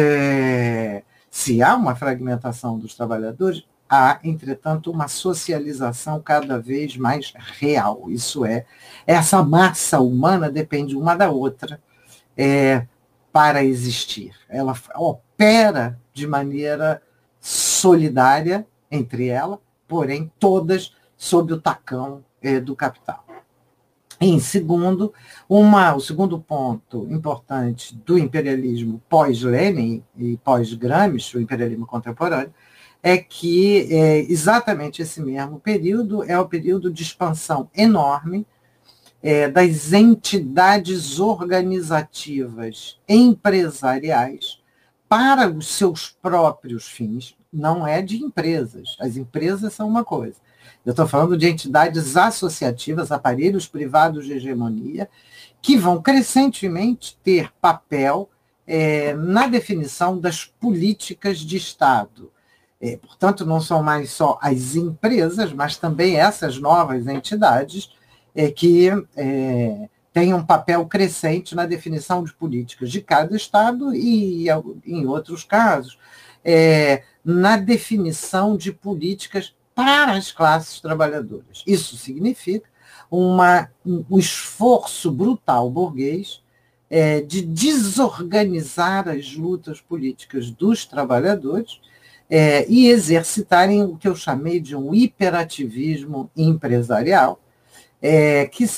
é, se há uma fragmentação dos trabalhadores, há, entretanto, uma socialização cada vez mais real. Isso é, essa massa humana depende uma da outra é, para existir. Ela opera de maneira solidária entre elas, porém todas sob o tacão é, do capital. Em segundo, uma, o segundo ponto importante do imperialismo pós-Lenin e pós-Gramsci, o imperialismo contemporâneo, é que é, exatamente esse mesmo período é o período de expansão enorme é, das entidades organizativas empresariais para os seus próprios fins, não é de empresas. As empresas são uma coisa. Eu estou falando de entidades associativas, aparelhos privados de hegemonia, que vão crescentemente ter papel é, na definição das políticas de Estado. É, portanto, não são mais só as empresas, mas também essas novas entidades é, que é, têm um papel crescente na definição de políticas de cada Estado e, em outros casos, é, na definição de políticas para as classes trabalhadoras. Isso significa uma, um esforço brutal burguês é, de desorganizar as lutas políticas dos trabalhadores É, e exercitarem o que eu chamei de um hiperativismo empresarial, é, que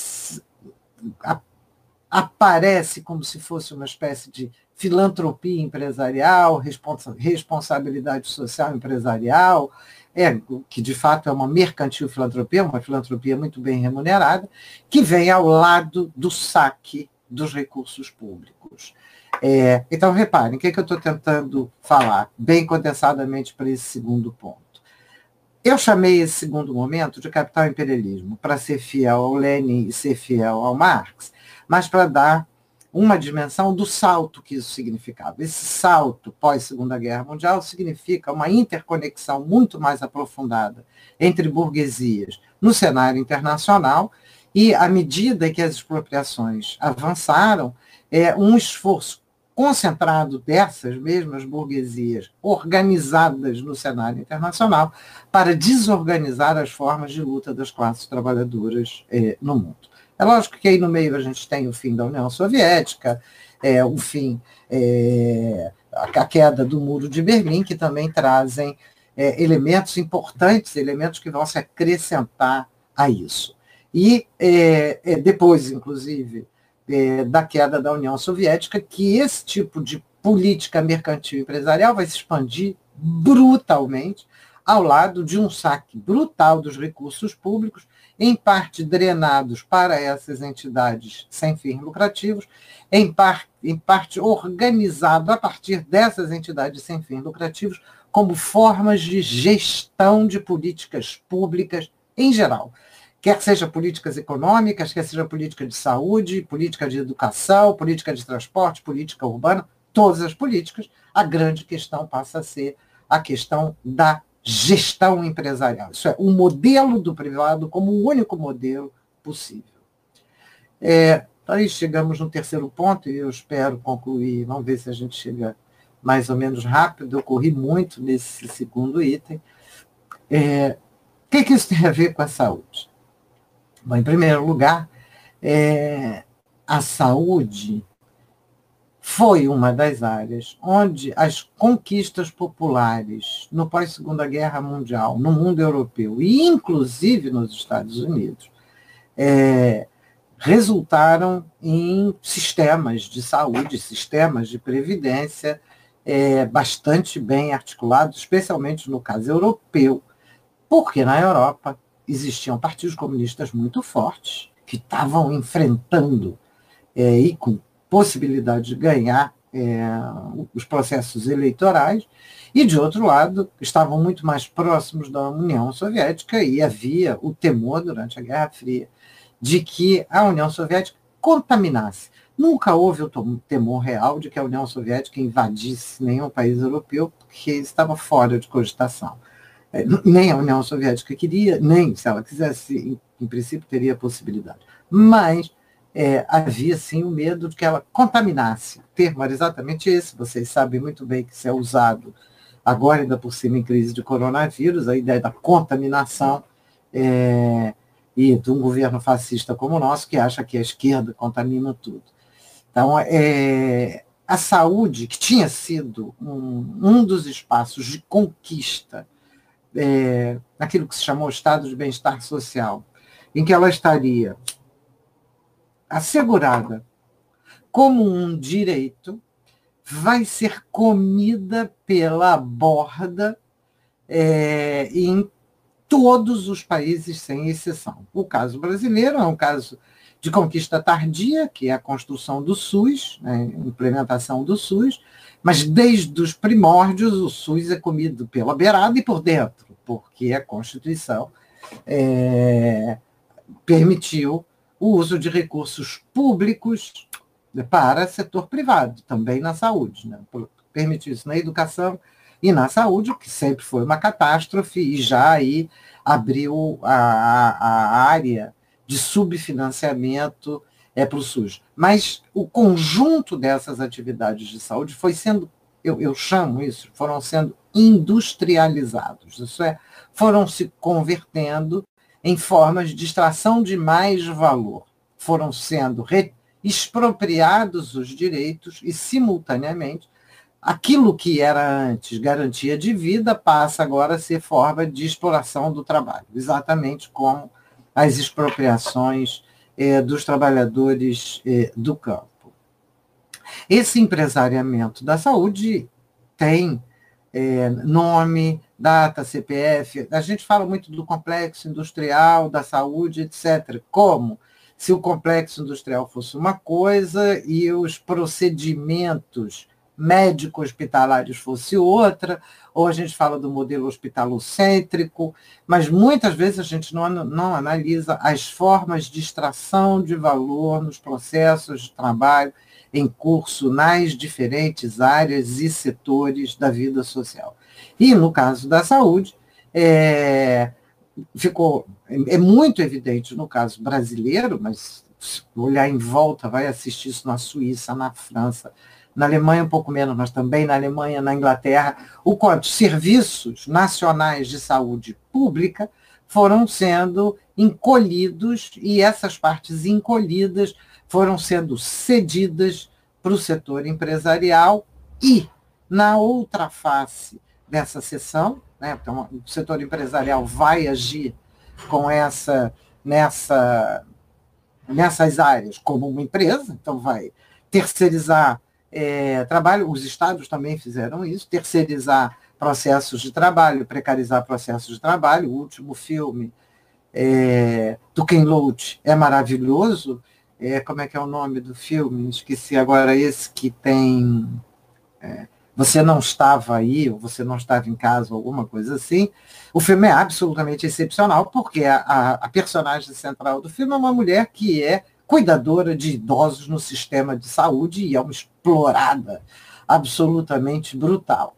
a, aparece como se fosse uma espécie de filantropia empresarial, responsa, responsabilidade social empresarial, é, que de fato é uma mercantil filantropia, uma filantropia muito bem remunerada, que vem ao lado do saque dos recursos públicos. É, então, reparem, o que, é que eu estou tentando falar, bem condensadamente para esse segundo ponto. Eu chamei esse segundo momento de capital imperialismo, para ser fiel ao Lenin e ser fiel ao Marx, mas para dar uma dimensão do salto que isso significava. Esse salto pós-Segunda Guerra Mundial significa uma interconexão muito mais aprofundada entre burguesias no cenário internacional e, à medida que as expropriações avançaram, é um esforço concentrado dessas mesmas burguesias organizadas no cenário internacional para desorganizar as formas de luta das classes trabalhadoras eh, no mundo. É lógico que aí no meio a gente tem o fim da União Soviética, é, o fim, é, a queda do Muro de Berlim, que também trazem é, elementos importantes, elementos que vão se acrescentar a isso. E é, é, depois, inclusive, da queda da União Soviética, que esse tipo de política mercantil empresarial vai se expandir brutalmente ao lado de um saque brutal dos recursos públicos, em parte drenados para essas entidades sem fins lucrativos, em, par, em parte organizado a partir dessas entidades sem fins lucrativos como formas de gestão de políticas públicas em geral. Quer seja políticas econômicas, quer seja política de saúde, política de educação, política de transporte, política urbana, todas as políticas, a grande questão passa a ser a questão da gestão empresarial. Isso é, o modelo do privado como o único modelo possível. É, aí chegamos no terceiro ponto, e eu espero concluir, vamos ver se a gente chega mais ou menos rápido, eu corri muito nesse segundo item. É, o que, que isso tem a ver com a saúde? Bom, em primeiro lugar, é, a saúde foi uma das áreas onde as conquistas populares no pós-Segunda Guerra Mundial, no mundo europeu e inclusive nos Estados Unidos, é, resultaram em sistemas de saúde, sistemas de previdência é, bastante bem articulados, especialmente no caso europeu, porque na Europa existiam partidos comunistas muito fortes, que estavam enfrentando é, e com possibilidade de ganhar é, os processos eleitorais, e, de outro lado, estavam muito mais próximos da União Soviética, e havia o temor, durante a Guerra Fria, de que a União Soviética contaminasse. Nunca houve o temor real de que a União Soviética invadisse nenhum país europeu, porque estava fora de cogitação. Nem a União Soviética queria, nem, se ela quisesse, em, em princípio, teria a possibilidade. Mas é, havia, sim, o medo de que ela contaminasse. O termo era exatamente esse, vocês sabem muito bem que isso é usado agora, ainda por cima, em crise de coronavírus, a ideia da contaminação é, e de um governo fascista como o nosso, que acha que a esquerda contamina tudo. Então, é, a saúde, que tinha sido um, um dos espaços de conquista É, naquilo que se chamou estado de bem-estar social, em que ela estaria assegurada como um direito, vai ser comida pela borda é, em todos os países, sem exceção. O caso brasileiro é um caso de conquista tardia, que é a construção do SUS, né, a implementação do SUS, mas desde os primórdios o SUS é comido pela beirada e por dentro, porque a Constituição é, permitiu o uso de recursos públicos para setor privado, também na saúde, né? Permitiu isso na educação e na saúde, que sempre foi uma catástrofe, e já aí abriu a, a área de subfinanciamento é, para o SUS. Mas o conjunto dessas atividades de saúde foi sendo, eu, eu chamo isso, foram sendo industrializados, isso é, foram se convertendo em formas de extração de mais valor, foram sendo re, expropriados os direitos e, simultaneamente, aquilo que era antes garantia de vida passa agora a ser forma de exploração do trabalho, exatamente como as expropriações eh, dos trabalhadores eh, do campo. Esse empresariamento da saúde tem eh, nome, data, C P F, a gente fala muito do complexo industrial, da saúde, etcétera. Como se o complexo industrial fosse uma coisa e os procedimentos médico-hospitalares fosse outra, ou a gente fala do modelo hospitalocêntrico, mas muitas vezes a gente não, não analisa as formas de extração de valor nos processos de trabalho em curso nas diferentes áreas e setores da vida social. E no caso da saúde, é, ficou, é muito evidente no caso brasileiro, mas se olhar em volta, vai assistir isso na Suíça, na França, na Alemanha um pouco menos, mas também na Alemanha, na Inglaterra, o quanto serviços nacionais de saúde pública foram sendo encolhidos e essas partes encolhidas foram sendo cedidas para o setor empresarial e, na outra face dessa seção, né, então, o setor empresarial vai agir com essa, nessa, nessas áreas como uma empresa, então vai terceirizar É, trabalho, os estados também fizeram isso, terceirizar processos de trabalho, precarizar processos de trabalho. O último filme é, do Ken Loach é maravilhoso. É, como é que é o nome do filme? Esqueci agora, esse que tem é, Você Não Estava Aí, ou Você Não Estava em Casa, alguma coisa assim. O filme é absolutamente excepcional, porque a, a, a personagem central do filme é uma mulher que é cuidadora de idosos no sistema de saúde e é uma explorada absolutamente brutal.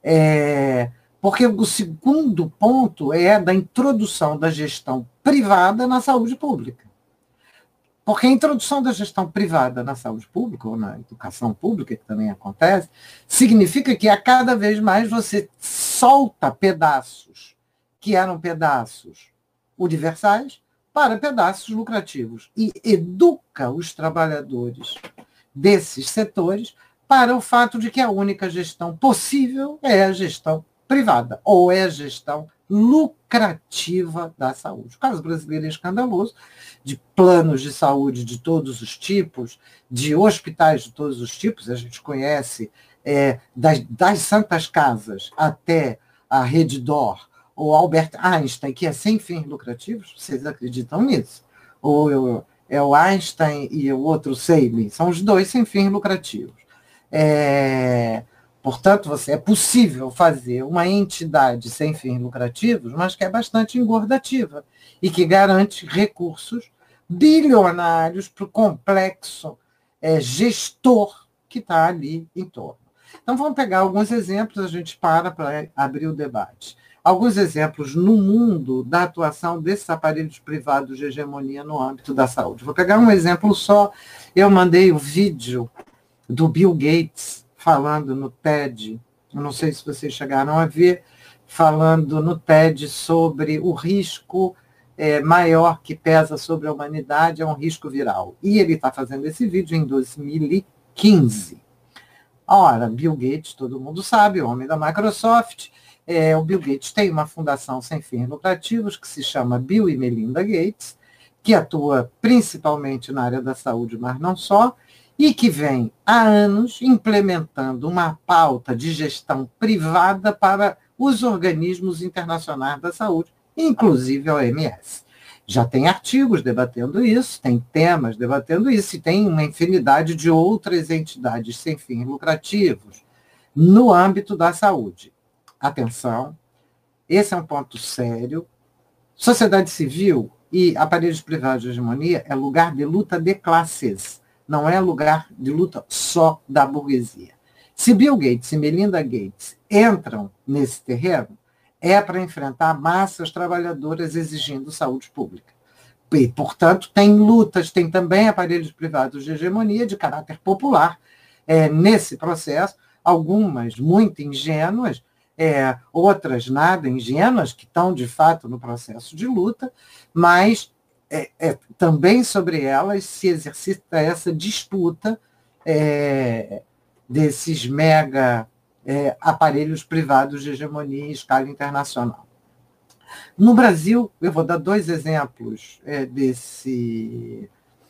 É, porque o segundo ponto é da introdução da gestão privada na saúde pública. Porque a introdução da gestão privada na saúde pública, ou na educação pública, que também acontece, significa que a cada vez mais você solta pedaços que eram pedaços universais para pedaços lucrativos e educa os trabalhadores desses setores para o fato de que a única gestão possível é a gestão privada, ou é a gestão lucrativa da saúde. O caso brasileiro é escandaloso, de planos de saúde de todos os tipos, de hospitais de todos os tipos, a gente conhece é, das, das Santas Casas até a Reddor, ou Albert Einstein, que é sem fins lucrativos, vocês acreditam nisso? Ou é o Einstein e o outro Seidlin, são os dois sem fins lucrativos. É, portanto, você, é possível fazer uma entidade sem fins lucrativos, mas que é bastante engordativa e que garante recursos bilionários para o complexo é, gestor que está ali em torno. Então, vamos pegar alguns exemplos, a gente para para abrir o debate. Alguns exemplos no mundo da atuação desses aparelhos privados de hegemonia no âmbito da saúde. Vou pegar um exemplo só. Eu mandei o vídeo do Bill Gates falando no TED, eu não sei se vocês chegaram a ver, falando no TED sobre o risco é, maior que pesa sobre a humanidade, é um risco viral. E ele está fazendo esse vídeo em dois mil e quinze. Ora, Bill Gates, todo mundo sabe, o homem da Microsoft. É, o Bill Gates tem uma fundação sem fins lucrativos que se chama Bill e Melinda Gates, que atua principalmente na área da saúde, mas não só, e que vem há anos implementando uma pauta de gestão privada para os organismos internacionais da saúde, inclusive a O M S. Já tem artigos debatendo isso, tem temas debatendo isso, e tem uma infinidade de outras entidades sem fins lucrativos no âmbito da saúde. Atenção, esse é um ponto sério. Sociedade civil e aparelhos privados de hegemonia é lugar de luta de classes, não é lugar de luta só da burguesia. Se Bill Gates e Melinda Gates entram nesse terreno, é para enfrentar massas trabalhadoras exigindo saúde pública. E, portanto, tem lutas, tem também aparelhos privados de hegemonia de caráter popular é, nesse processo, algumas muito ingênuas, é, outras nada ingênuas, que estão, de fato, no processo de luta, mas é, é, também sobre elas se exercita essa disputa é, desses mega é, aparelhos privados de hegemonia em escala internacional. No Brasil, eu vou dar dois exemplos é, desse,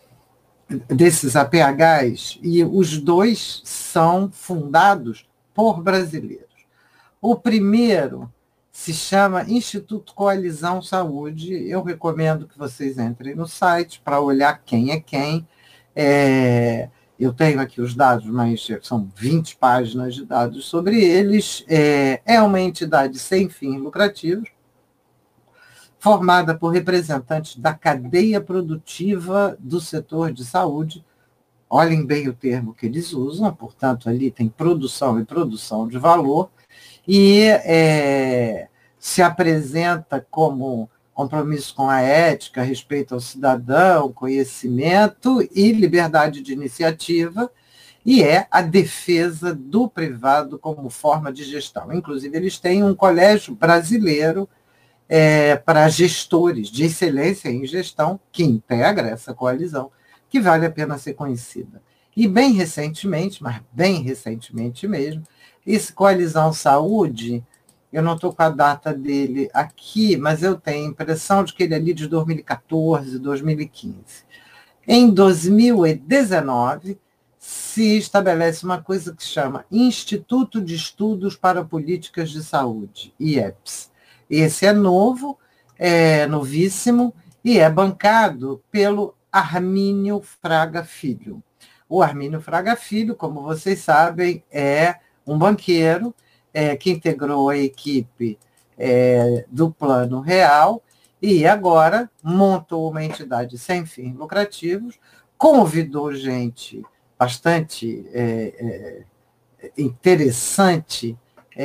desses A P Hs, e os dois são fundados por brasileiros. O primeiro se chama Instituto Coalizão Saúde. Eu recomendo que vocês entrem no site para olhar quem é quem. É, eu tenho aqui os dados, mas são vinte páginas de dados sobre eles. É, é uma entidade sem fins lucrativos, formada por representantes da cadeia produtiva do setor de saúde. Olhem bem o termo que eles usam, portanto, ali tem produção e produção de valor, e é, se apresenta como compromisso com a ética, respeito ao cidadão, conhecimento e liberdade de iniciativa, e é a defesa do privado como forma de gestão. Inclusive, eles têm um colégio brasileiro é, para gestores de excelência em gestão, que integra essa coalizão, que vale a pena ser conhecida. E bem recentemente, mas bem recentemente mesmo, esse Coalizão Saúde, eu não estou com a data dele aqui, mas eu tenho a impressão de que ele é ali de dois mil e quatorze, dois mil e quinze. Em dois mil e dezenove, se estabelece uma coisa que se chama Instituto de Estudos para Políticas de Saúde, I E P S. Esse é novo, é novíssimo, e é bancado pelo Armínio Fraga Filho. O Armínio Fraga Filho, como vocês sabem, é um banqueiro é, que integrou a equipe é, do Plano Real e agora montou uma entidade sem fins lucrativos, convidou gente bastante é, é, interessante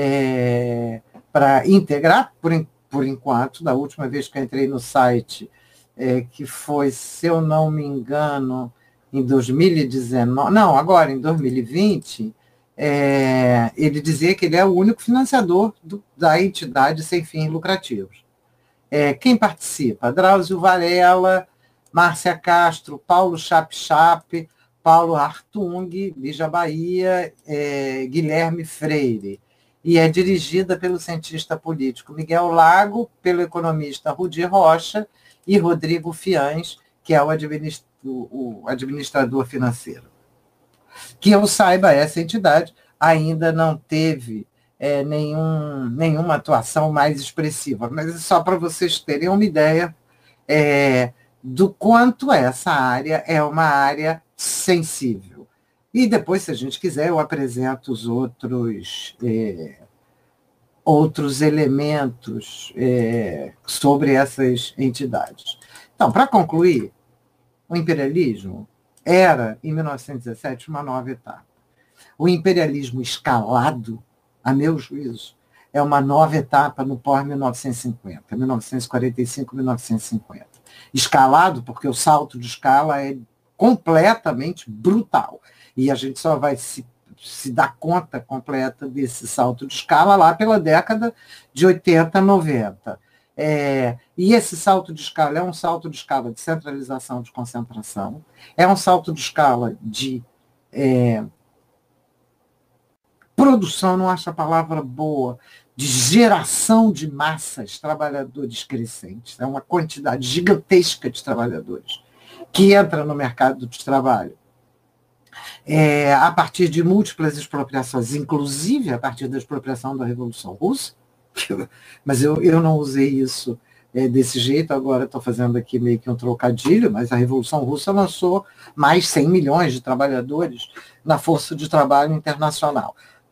é, para integrar, por, por enquanto. Da última vez que eu entrei no site, é, que foi, se eu não me engano, em dois mil e dezenove, não, agora em dois mil e vinte, é, ele dizia que ele é o único financiador do, da entidade sem fins lucrativos. É, quem participa? Drauzio Varela, Márcia Castro, Paulo Chap-Chap, Paulo Hartung, Lígia Bahia, é, Guilherme Freire. E é dirigida pelo cientista político Miguel Lago, pelo economista Rudi Rocha e Rodrigo Fiães, que é o administrador, o administrador financeiro. Que eu saiba, essa entidade ainda não teve é, nenhum, nenhuma atuação mais expressiva, mas é só para vocês terem uma ideia é, do quanto essa área é uma área sensível. E depois, se a gente quiser, eu apresento os outros, é, outros elementos é, sobre essas entidades. Então, para concluir, o imperialismo era, em mil novecentos e dezessete, uma nova etapa. O imperialismo escalado, a meu juízo, é uma nova etapa no pós-mil novecentos e cinquenta, mil novecentos e quarenta e cinco, mil novecentos e cinquenta. Escalado porque o salto de escala é completamente brutal. E a gente só vai se, se dar conta completa desse salto de escala lá pela década de oitenta, noventa. É, e esse salto de escala é um salto de escala de centralização, de concentração, é um salto de escala de é, produção, não acho a palavra boa, de geração de massas, trabalhadores crescentes. É uma quantidade gigantesca de trabalhadores que entra no mercado de trabalho é, a partir de múltiplas expropriações, inclusive a partir da expropriação da Revolução Russa, mas eu, eu não usei isso é, desse jeito, agora estou fazendo aqui meio que um trocadilho, mas a Revolução Russa lançou mais cem milhões de trabalhadores na força de trabalho internacional.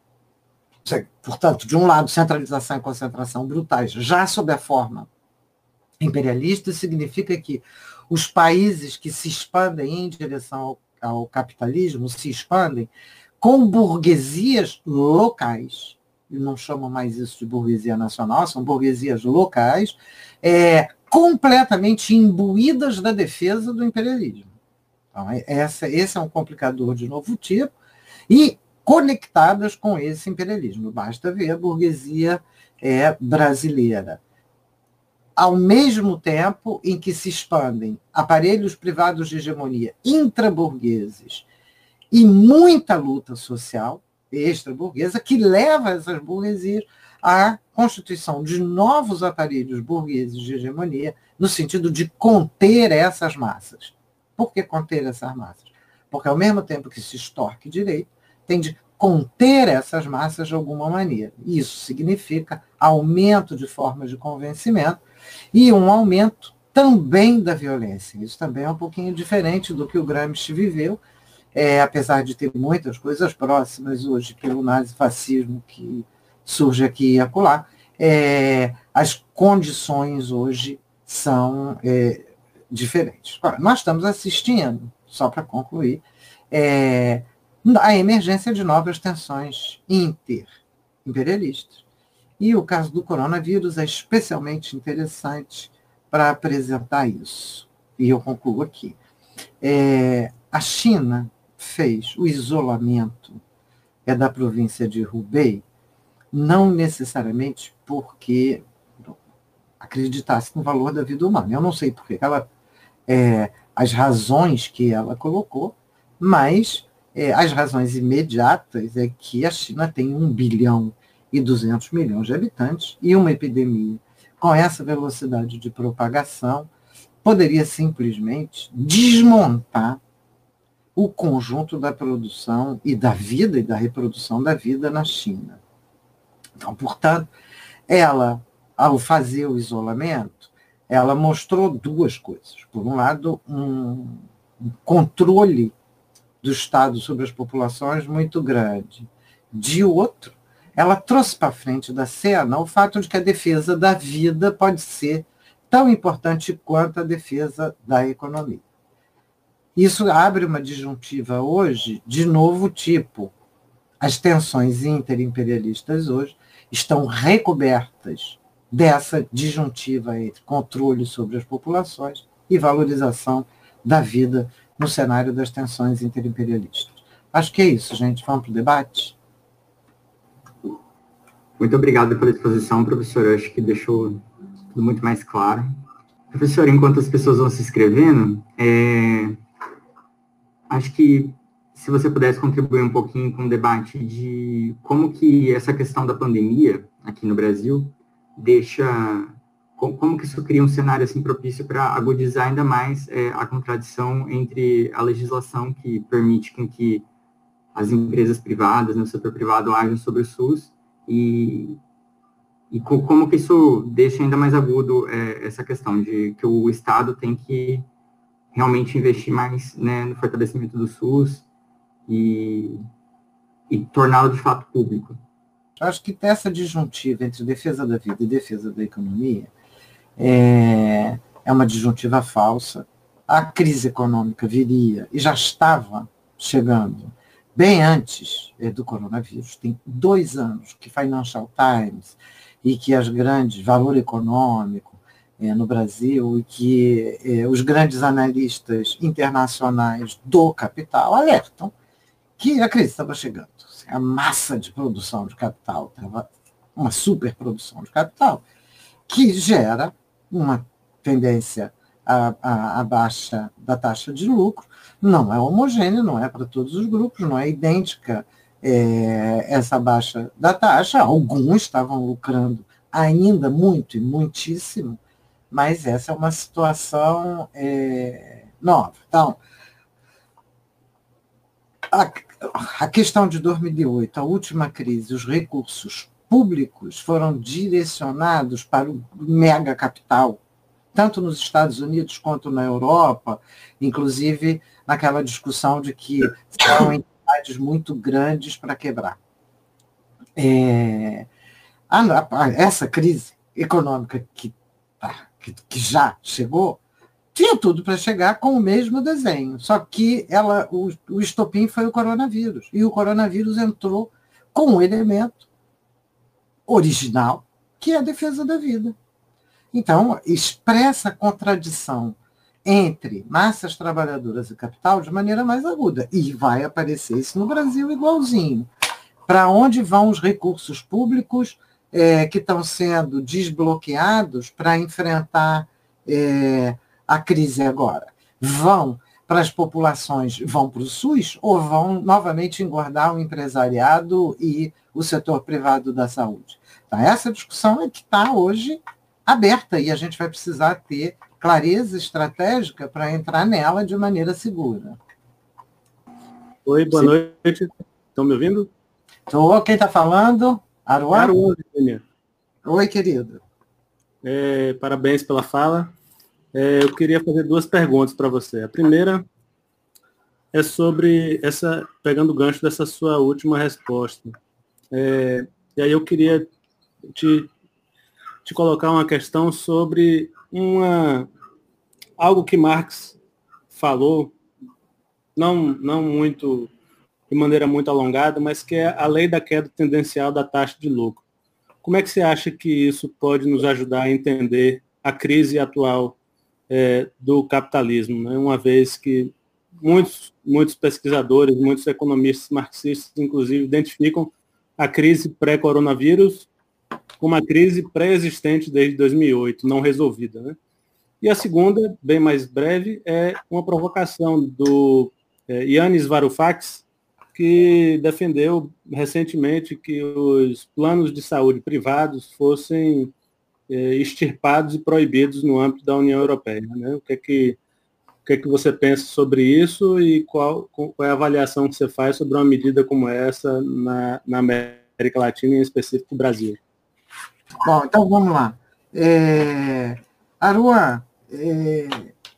Portanto, de um lado, centralização e concentração brutais, já sob a forma imperialista, significa que os países que se expandem em direção ao, ao capitalismo se expandem com burguesias locais, e não chamam mais isso de burguesia nacional, são burguesias locais, é, completamente imbuídas da defesa do imperialismo. Então, essa, esse é um complicador de novo tipo, e conectadas com esse imperialismo. Basta ver a burguesia é, brasileira. Ao mesmo tempo em que se expandem aparelhos privados de hegemonia intraburgueses e muita luta social extra-burguesa que leva essas burguesias à constituição de novos aparelhos burgueses de hegemonia no sentido de conter essas massas. Por que conter essas massas? Porque ao mesmo tempo que se extorque direito, tem de conter essas massas de alguma maneira. Isso significa aumento de formas de convencimento e um aumento também da violência. Isso também é um pouquinho diferente do que o Gramsci viveu, é, apesar de ter muitas coisas próximas hoje pelo nazifascismo que surge aqui e acolá, é, as condições hoje são é, diferentes. Agora, nós estamos assistindo, só para concluir, é, a emergência de novas tensões interimperialistas. E o caso do coronavírus é especialmente interessante para apresentar isso. E eu concluo aqui. É, a China fez o isolamento é da província de Hubei, não necessariamente porque acreditasse no valor da vida humana. Eu não sei porque ela, é, as razões que ela colocou, mas é, as razões imediatas é que a China tem um bilhão e duzentos milhões de habitantes e uma epidemia com essa velocidade de propagação poderia simplesmente desmontar o conjunto da produção e da vida e da reprodução da vida na China. Então, portanto, ela, ao fazer o isolamento, ela mostrou duas coisas. Por um lado, um, um controle do Estado sobre as populações muito grande. De outro, ela trouxe para frente da cena o fato de que a defesa da vida pode ser tão importante quanto a defesa da economia. Isso abre uma disjuntiva hoje de novo tipo. As tensões interimperialistas hoje estão recobertas dessa disjuntiva entre controle sobre as populações e valorização da vida no cenário das tensões interimperialistas. Acho que é isso, gente. Vamos para o debate? Muito obrigado pela exposição, professor. Eu acho que deixou tudo muito mais claro. Professor, enquanto as pessoas vão se inscrevendo, é... acho que se você pudesse contribuir um pouquinho com o debate de como que essa questão da pandemia aqui no Brasil deixa, como que isso cria um cenário assim propício para agudizar ainda mais é, a contradição entre a legislação que permite com que as empresas privadas, no setor privado, ajam sobre o SUS e, e como que isso deixa ainda mais agudo é, essa questão de que o Estado tem que realmente investir mais, né, no fortalecimento do SUS e, e torná-lo de fato público. Acho que essa disjuntiva entre defesa da vida e defesa da economia é, é uma disjuntiva falsa. A crise econômica viria e já estava chegando bem antes é, do coronavírus. Tem dois anos que Financial Times e que as grandes, Valor Econômico, É, no Brasil, e que é, os grandes analistas internacionais do capital alertam que a crise estava chegando. A massa de produção de capital estava uma superprodução de capital, que gera uma tendência à, à, à baixa da taxa de lucro. Não é homogênea, não é para todos os grupos, não é idêntica é, essa baixa da taxa. Alguns estavam lucrando ainda muito e muitíssimo, mas essa é uma situação é, nova. Então, a, a questão de dois mil e oito, a última crise, os recursos públicos foram direcionados para o mega capital tanto nos Estados Unidos quanto na Europa, inclusive naquela discussão de que são entidades muito grandes para quebrar. É, a, a, essa crise econômica que, que, que já chegou, tinha tudo para chegar com o mesmo desenho, só que ela, o, o estopim foi o coronavírus, e o coronavírus entrou com um elemento original, que é a defesa da vida. Então, expressa a contradição entre massas trabalhadoras e capital de maneira mais aguda, e vai aparecer isso no Brasil igualzinho. Para onde vão os recursos públicos é, que estão sendo desbloqueados para enfrentar é, a crise agora? Vão para as populações, vão para o SUS ou vão novamente engordar o empresariado e o setor privado da saúde? Então, essa discussão é que está hoje aberta e a gente vai precisar ter clareza estratégica para entrar nela de maneira segura. Oi, boa Sim. noite. Estão me ouvindo? Estou. Quem está falando? Aruan? Aruan, Virginia. Oi, querido. É, parabéns pela fala. É, eu queria fazer duas perguntas para você. A primeira é sobre essa, pegando o gancho dessa sua última resposta. É, e aí eu queria te, te colocar uma questão sobre uma, algo que Marx falou, não, não muito, de maneira muito alongada, mas que é a lei da queda tendencial da taxa de lucro. Como é que você acha que isso pode nos ajudar a entender a crise atual é, do capitalismo, né? Uma vez que muitos, muitos pesquisadores, muitos economistas marxistas, inclusive, identificam a crise pré-coronavírus como uma crise pré-existente desde dois mil e oito, não resolvida, né? E a segunda, bem mais breve, é uma provocação do é, Yanis Varoufakis, que defendeu recentemente que os planos de saúde privados fossem é, extirpados e proibidos no âmbito da União Europeia, né? O que é que, o que é que você pensa sobre isso e qual, qual é a avaliação que você faz sobre uma medida como essa na, na América Latina, em específico no Brasil? Bom, então vamos lá. É, Aruan, é,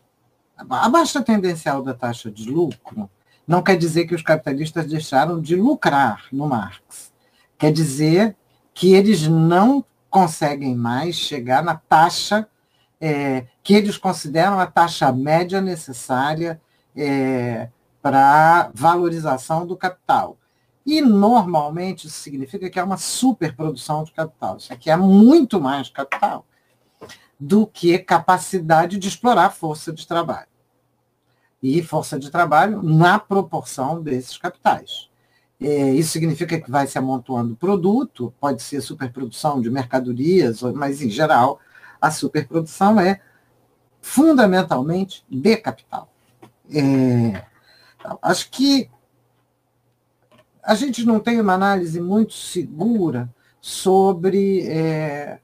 a baixa tendencial da taxa de lucro não quer dizer que os capitalistas deixaram de lucrar no Marx. Quer dizer que eles não conseguem mais chegar na taxa é, que eles consideram a taxa média necessária é, para a valorização do capital. E, normalmente, isso significa que é uma superprodução de capital. Isso aqui é muito mais capital do que capacidade de explorar força de trabalho. E força de trabalho na proporção desses capitais. É, isso significa que vai se amontoando produto, pode ser superprodução de mercadorias, mas, em geral, a superprodução é fundamentalmente de capital. É, acho que a gente não tem uma análise muito segura sobre é,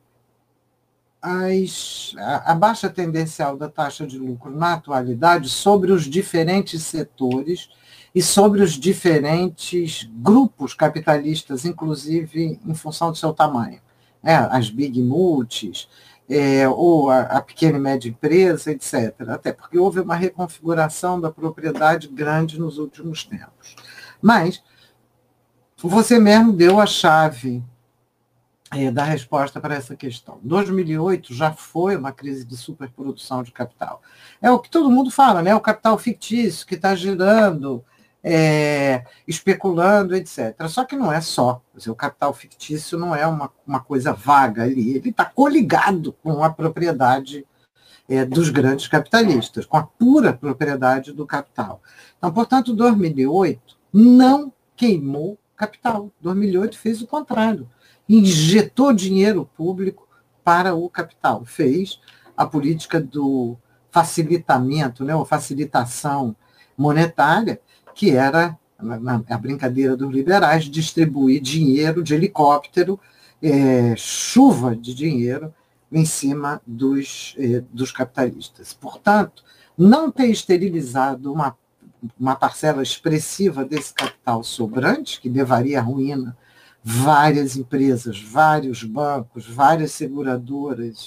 as, a, a baixa tendencial da taxa de lucro na atualidade sobre os diferentes setores e sobre os diferentes grupos capitalistas, inclusive em função do seu tamanho. É, as big multis, é, ou a, a pequena e média empresa, etcétera. Até porque houve uma reconfiguração da propriedade grande nos últimos tempos. Mas você mesmo deu a chave é, da resposta para essa questão. dois mil e oito já foi uma crise de superprodução de capital. É o que todo mundo fala, né? O capital fictício que está girando, é, especulando, etcétera. Só que não é só. O capital fictício não é uma, uma coisa vaga ali. Ele está coligado com a propriedade é, dos grandes capitalistas, com a pura propriedade do capital. Então, portanto, dois mil e oito não queimou capital. dois mil e oito fez o contrário. Injetou dinheiro público para o capital. Fez a política do facilitamento, né, ou facilitação monetária, que era a brincadeira dos liberais, distribuir dinheiro de helicóptero, é, chuva de dinheiro em cima dos, é, dos capitalistas. Portanto, não ter esterilizado uma uma parcela expressiva desse capital sobrante, que levaria à ruína várias empresas, vários bancos, várias seguradoras,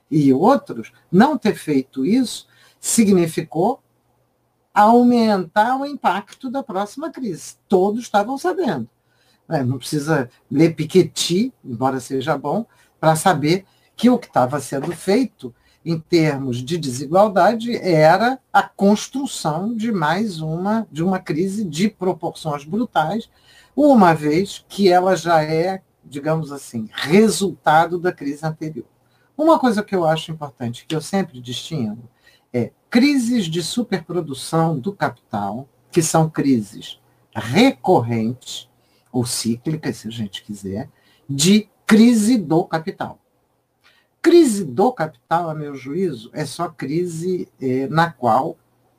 e outros, não ter feito isso significou aumentar o impacto da próxima crise. Todos estavam sabendo. Não precisa ler Piketty, embora seja bom, para saber que o que estava sendo feito em termos de desigualdade era a construção de mais uma, de uma crise de proporções brutais, uma vez que ela já é, digamos assim, resultado da crise anterior. Uma coisa que eu acho importante, que eu sempre distingo, é crises de superprodução do capital, que são crises recorrentes, ou cíclicas, se a gente quiser, de crise do capital. Crise do capital, a meu juízo, é só crise eh, na qual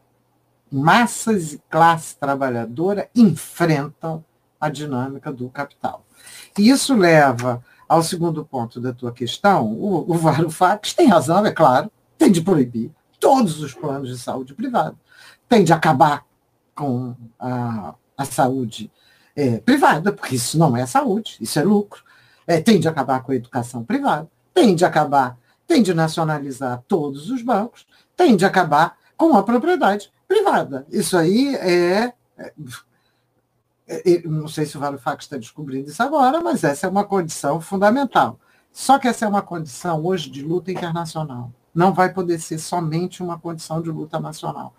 massas e classe trabalhadora enfrentam a dinâmica do capital. E isso leva ao segundo ponto da tua questão. O, o Varoufakis tem razão, é claro, tem de proibir todos os planos de saúde privada, tem de acabar com a, a saúde é, privada, porque isso não é saúde, isso é lucro, é, tem de acabar com a educação privada, tem de acabar, tem de nacionalizar todos os bancos, tem de acabar com a propriedade privada. Isso aí é... é, é não sei se o Varoufakis está descobrindo isso agora, mas essa é uma condição fundamental. Só que essa é uma condição hoje de luta internacional. Não vai poder ser somente uma condição de luta nacional.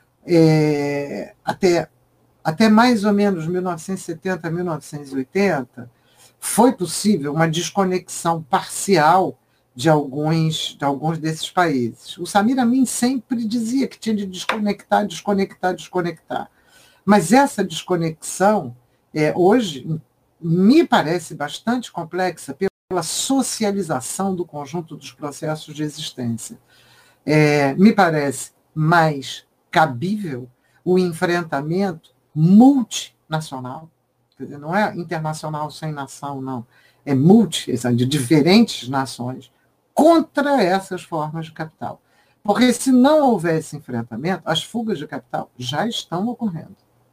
É, até, até mais ou menos mil novecentos e setenta, mil novecentos e oitenta, foi possível uma desconexão parcial de alguns, de alguns desses países. O Samir Amin sempre dizia que tinha de desconectar, desconectar, desconectar. Mas essa desconexão, é, hoje, me parece bastante complexa pela socialização do conjunto dos processos de existência. É, me parece mais cabível o enfrentamento multinacional, quer dizer, não é internacional sem nação, não, é multi, de diferentes nações, contra essas formas de capital. Porque se não houver esse enfrentamento, as fugas de capital já estão ocorrendo.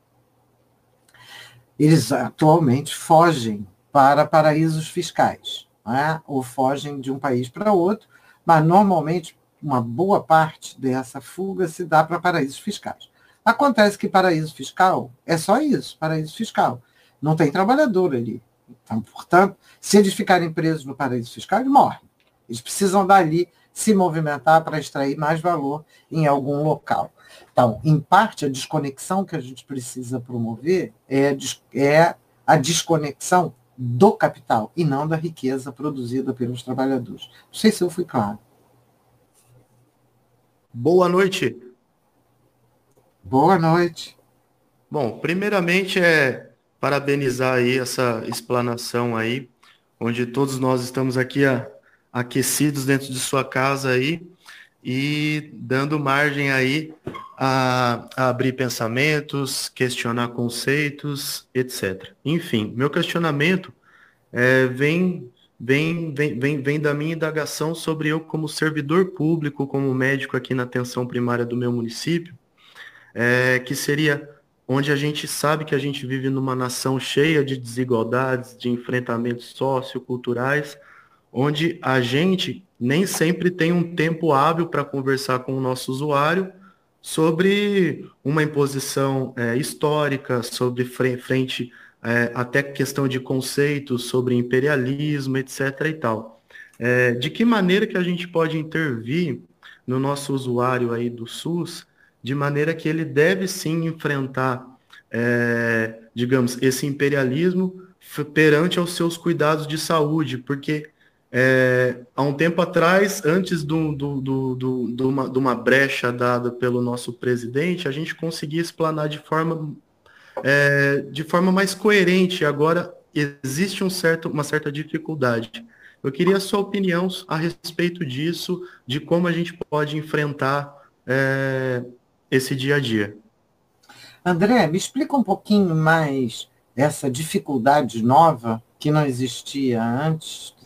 Eles atualmente fogem para paraísos fiscais, né? Ou fogem de um país para outro, mas normalmente uma boa parte dessa fuga se dá para paraísos fiscais. Acontece que paraíso fiscal é só isso, paraíso fiscal. Não tem trabalhador ali. Então, portanto, se eles ficarem presos no paraíso fiscal, eles morrem. Eles precisam dali se movimentar para extrair mais valor em algum local. Então, em parte, a desconexão que a gente precisa promover é, é a desconexão do capital e não da riqueza produzida pelos trabalhadores. Não sei se eu fui claro. Boa noite. Boa noite. Bom, primeiramente é parabenizar aí essa explanação aí, onde todos nós estamos aqui a, aquecidos dentro de sua casa aí e dando margem aí a, a abrir pensamentos, questionar conceitos, etcétera. Enfim, meu questionamento é, vem, vem, vem, vem, vem da minha indagação sobre eu como servidor público, como médico aqui na atenção primária do meu município, é, que seria onde a gente sabe que a gente vive numa nação cheia de desigualdades, de enfrentamentos socioculturais, onde a gente nem sempre tem um tempo hábil para conversar com o nosso usuário sobre uma imposição é, histórica, sobre frente, é, até questão de conceitos, sobre imperialismo, etcétera e tal. É, de que maneira que a gente pode intervir no nosso usuário aí do SUS, de maneira que ele deve sim enfrentar, é, digamos, esse imperialismo perante aos seus cuidados de saúde, porque é, há um tempo atrás, antes do, do, do, do, de, uma, de uma brecha dada pelo nosso presidente, a gente conseguia explanar de forma, é, de forma mais coerente. Agora existe um certo, uma certa dificuldade. Eu queria a sua opinião a respeito disso, de como a gente pode enfrentar é, esse dia a dia. André, me explica um pouquinho mais essa dificuldade nova que não existia antes.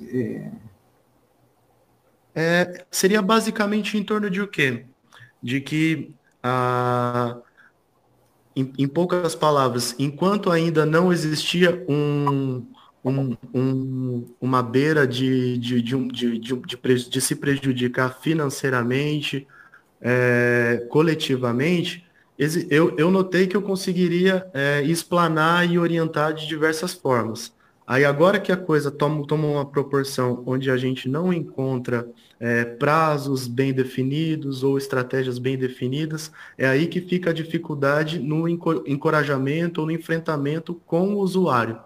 É, seria basicamente em torno de o quê? De que, ah, em, em poucas palavras, enquanto ainda não existia um, um, um, uma beira de, de, de, um- de, de, de, de se prejudicar financeiramente, é, coletivamente, eu, eu notei que eu conseguiria é, explanar e orientar de diversas formas. Aí agora que a coisa toma, toma uma proporção onde a gente não encontra é, prazos bem definidos ou estratégias bem definidas, é aí que fica a dificuldade no enco- encorajamento ou no enfrentamento com o usuário.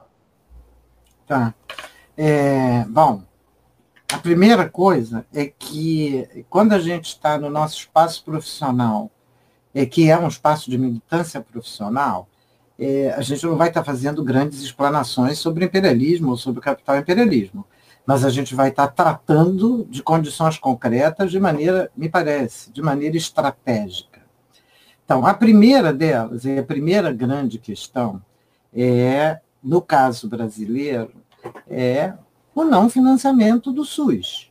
Tá. É, bom, a primeira coisa é que quando a gente está no nosso espaço profissional, é, que é um espaço de militância profissional, é, a gente não vai estar fazendo grandes explanações sobre imperialismo ou sobre capital imperialismo, mas a gente vai estar tratando de condições concretas de maneira, me parece, de maneira estratégica. Então, a primeira delas, e a primeira grande questão, é, no caso brasileiro, é o não financiamento do SUS.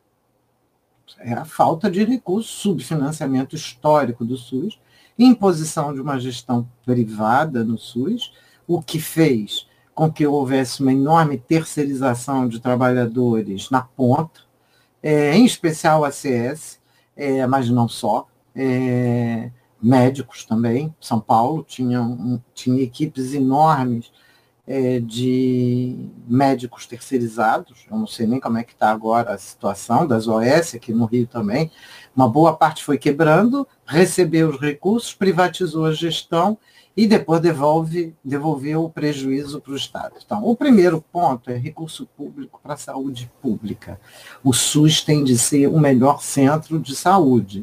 É a falta de recursos, subfinanciamento histórico do SUS, imposição de uma gestão privada no SUS, o que fez com que houvesse uma enorme terceirização de trabalhadores na ponta, é, em especial a C S, é, mas não só, é, médicos também. São Paulo tinha, um, tinha equipes enormes é, de médicos terceirizados. Eu não sei nem como é que está agora a situação das O S, aqui no Rio também. Uma boa parte foi quebrando, recebeu os recursos, privatizou a gestão e depois devolve, devolveu o prejuízo para o Estado. Então, o primeiro ponto é recurso público para a saúde pública. O SUS tem de ser o melhor centro de saúde.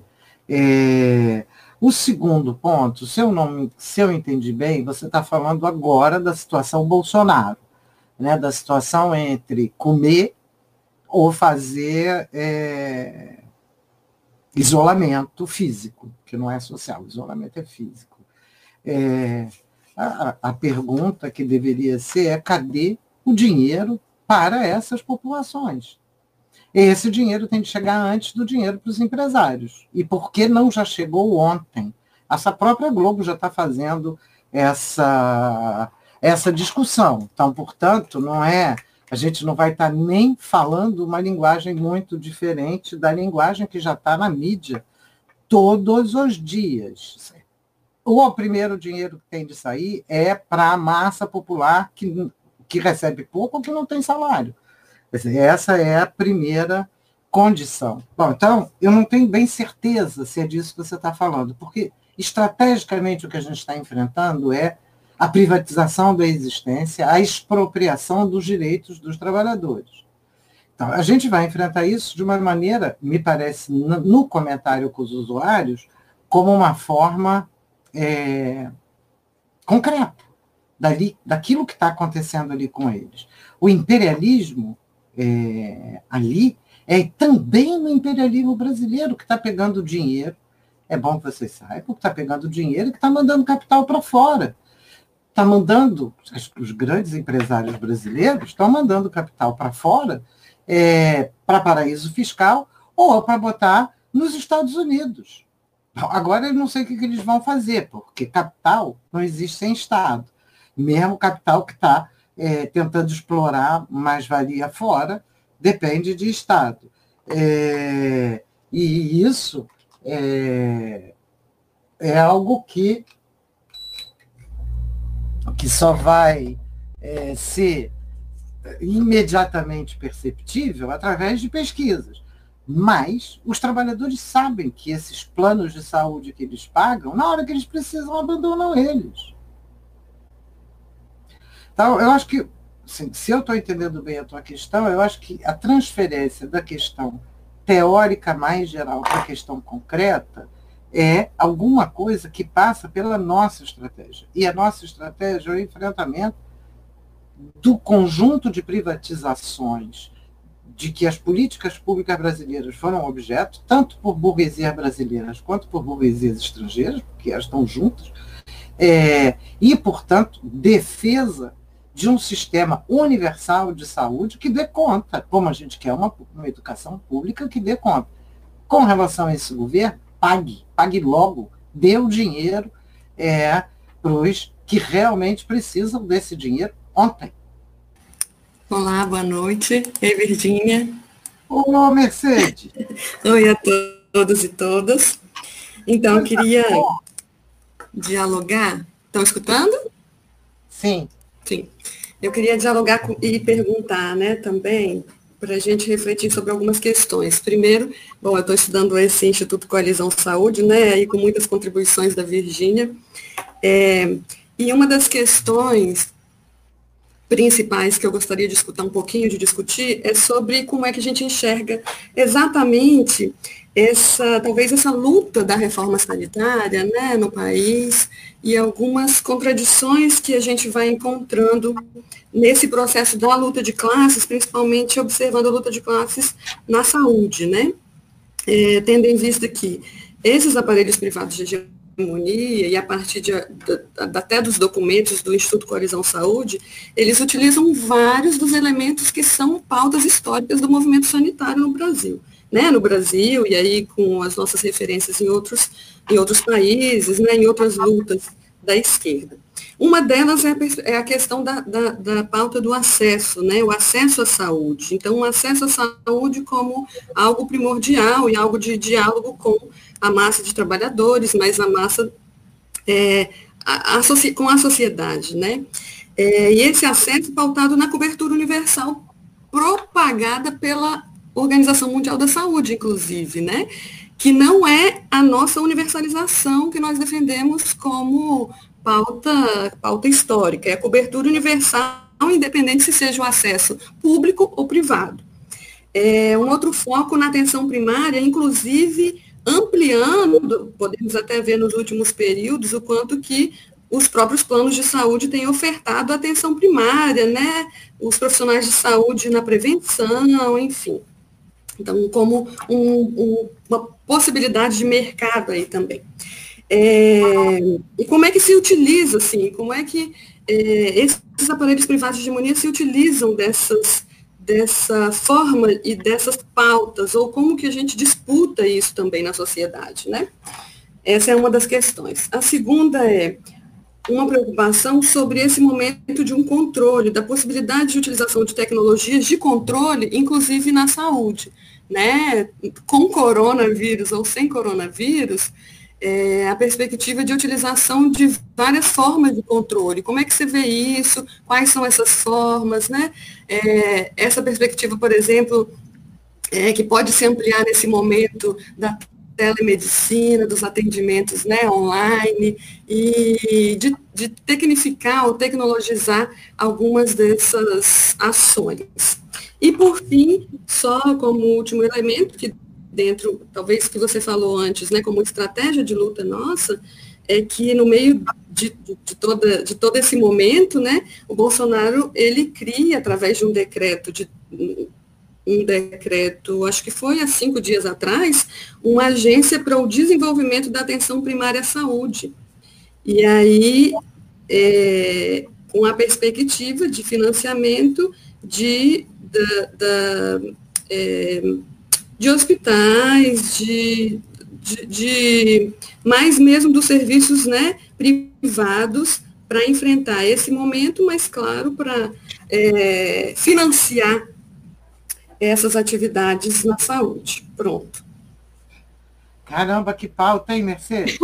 É, o segundo ponto, se eu, não, se eu entendi bem, você está falando agora da situação Bolsonaro, né, da situação entre comer ou fazer é, isolamento físico, que não é social, isolamento é físico. É, a, a pergunta que deveria ser é: cadê o dinheiro para essas populações? Esse dinheiro tem de chegar antes do dinheiro para os empresários. E por que não já chegou ontem? Essa própria Globo já está fazendo essa, essa discussão. Então, portanto, não é, a gente não vai estar tá nem falando uma linguagem muito diferente da linguagem que já está na mídia todos os dias. O primeiro dinheiro que tem de sair é para a massa popular que, que recebe pouco ou que não tem salário. Essa é a primeira condição. Bom, então, eu não tenho bem certeza se é disso que você está falando, porque, estrategicamente, o que a gente está enfrentando é a privatização da existência, a expropriação dos direitos dos trabalhadores. Então, a gente vai enfrentar isso de uma maneira, me parece, no comentário com os usuários, como uma forma é, concreta dali, daquilo que está acontecendo ali com eles. O imperialismo É, ali, é também no imperialismo brasileiro que está pegando dinheiro. É bom que vocês saibam que está pegando dinheiro e que está mandando capital para fora. Está mandando, os grandes empresários brasileiros estão mandando capital para fora, é, para paraíso fiscal ou para botar nos Estados Unidos. Agora eu não sei o que, que eles vão fazer, porque capital não existe sem Estado. Mesmo capital que está É, tentando explorar mais-valia fora, depende de Estado. É, e isso é, é algo que, que só vai é, ser imediatamente perceptível através de pesquisas. Mas os trabalhadores sabem que esses planos de saúde que eles pagam, na hora que eles precisam, abandonam eles. Então, eu acho que, assim, se eu estou entendendo bem a tua questão, eu acho que a transferência da questão teórica mais geral para a questão concreta é alguma coisa que passa pela nossa estratégia. E a nossa estratégia é o enfrentamento do conjunto de privatizações de que as políticas públicas brasileiras foram objeto, tanto por burguesias brasileiras quanto por burguesias estrangeiras, porque elas estão juntas, é, e, portanto, defesa de um sistema universal de saúde que dê conta, como a gente quer uma, uma educação pública que dê conta. Com relação a esse governo, pague, pague logo, dê o dinheiro é, para os que realmente precisam desse dinheiro ontem. Olá, boa noite. Oi, Virgínia. Ô, Mercedes. Oi a to- todos e todas. Então, eu queria dialogar. Estão escutando? Sim. Sim. Eu queria dialogar com, e perguntar, né, também, para a gente refletir sobre algumas questões. Primeiro, bom, eu estou estudando esse Instituto Coalizão Saúde, né, aí com muitas contribuições da Virgínia, é, e uma das questões principais que eu gostaria de escutar um pouquinho, de discutir, é sobre como é que a gente enxerga exatamente essa, talvez essa luta da reforma sanitária, né, no país, e algumas contradições que a gente vai encontrando nesse processo da luta de classes, principalmente observando a luta de classes na saúde, né, é, tendo em vista que esses aparelhos privados de hegemonia, e a partir de, de, até dos documentos do Instituto Coalizão Saúde, eles utilizam vários dos elementos que são pautas históricas do movimento sanitário no Brasil. Né, no Brasil, e aí com as nossas referências em outros, em outros países, né, em outras lutas da esquerda. Uma delas é a, é a questão da, da, da pauta do acesso, né, o acesso à saúde. Então, o acesso à saúde como algo primordial e algo de diálogo com a massa de trabalhadores, mas a massa é, a, a, com a sociedade. Né? É, e esse acesso pautado na cobertura universal propagada pela Organização Mundial da Saúde, inclusive, né? Que não é a nossa universalização que nós defendemos como pauta, pauta histórica, é a cobertura universal, independente se seja o acesso público ou privado. É, um outro foco na atenção primária, inclusive ampliando, podemos até ver nos últimos períodos, o quanto que os próprios planos de saúde têm ofertado atenção primária, né? Os profissionais de saúde na prevenção, enfim. Então, como um, um, uma possibilidade de mercado aí também. É, e como é que se utiliza, assim, como é que é, esses aparelhos privados de hegemonia se utilizam dessas, dessa forma e dessas pautas, ou como que a gente disputa isso também na sociedade, né? Essa é uma das questões. A segunda é uma preocupação sobre esse momento de um controle, da possibilidade de utilização de tecnologias de controle, inclusive na saúde, né? Com coronavírus ou sem coronavírus, é, a perspectiva de utilização de várias formas de controle. Como é que você vê isso? Quais são essas formas, né? É, essa perspectiva, por exemplo, é, que pode se ampliar nesse momento da telemedicina, dos atendimentos, né, online, e de, de tecnificar ou tecnologizar algumas dessas ações. E, por fim, só como último elemento, que dentro, talvez que você falou antes, né, como estratégia de luta nossa, é que no meio de, de, de, toda, de todo esse momento, né, o Bolsonaro, ele cria, através de um decreto de um decreto, acho que foi há cinco dias atrás, uma agência para o desenvolvimento da atenção primária à saúde. E aí, é, com a perspectiva de financiamento de, da, da, é, de hospitais, de, de, de mais mesmo dos serviços, né, privados, para enfrentar esse momento, mas, claro, para é, financiar essas atividades na saúde. Pronto. Caramba, que pauta, hein, Mercedes?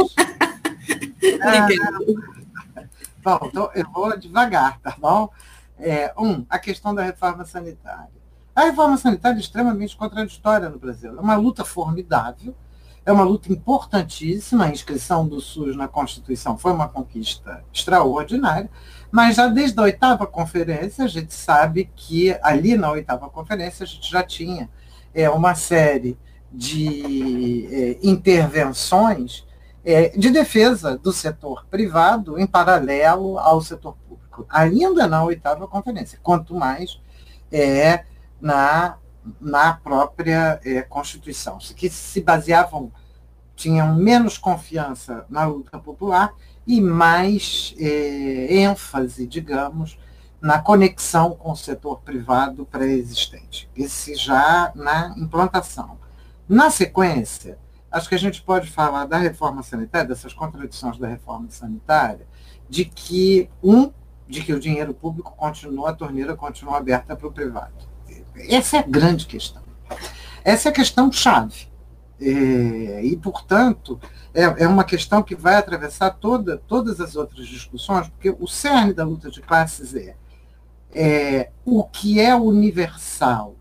Obrigada. Bom, então eu vou devagar, tá bom? É, um, a questão da reforma sanitária. A reforma sanitária é extremamente contraditória no Brasil. É uma luta formidável, é uma luta importantíssima. A inscrição do SUS na Constituição foi uma conquista extraordinária, mas já desde a oitava conferência, a gente sabe que ali na oitava conferência a gente já tinha é, uma série de é, intervenções é, de defesa do setor privado em paralelo ao setor público, ainda na oitava conferência, quanto mais é, na, na própria é, Constituição, que se baseavam, tinham menos confiança na luta popular e mais é, ênfase, digamos, na conexão com o setor privado pré-existente. Esse já na implantação. Na sequência, acho que a gente pode falar da reforma sanitária, dessas contradições da reforma sanitária, de que, um, de que o dinheiro público continua, a torneira continua aberta para o privado. Essa é a grande questão. Essa é a questão chave. É, e, portanto, é, é uma questão que vai atravessar toda, todas as outras discussões, porque o cerne da luta de classes é, é o que é universal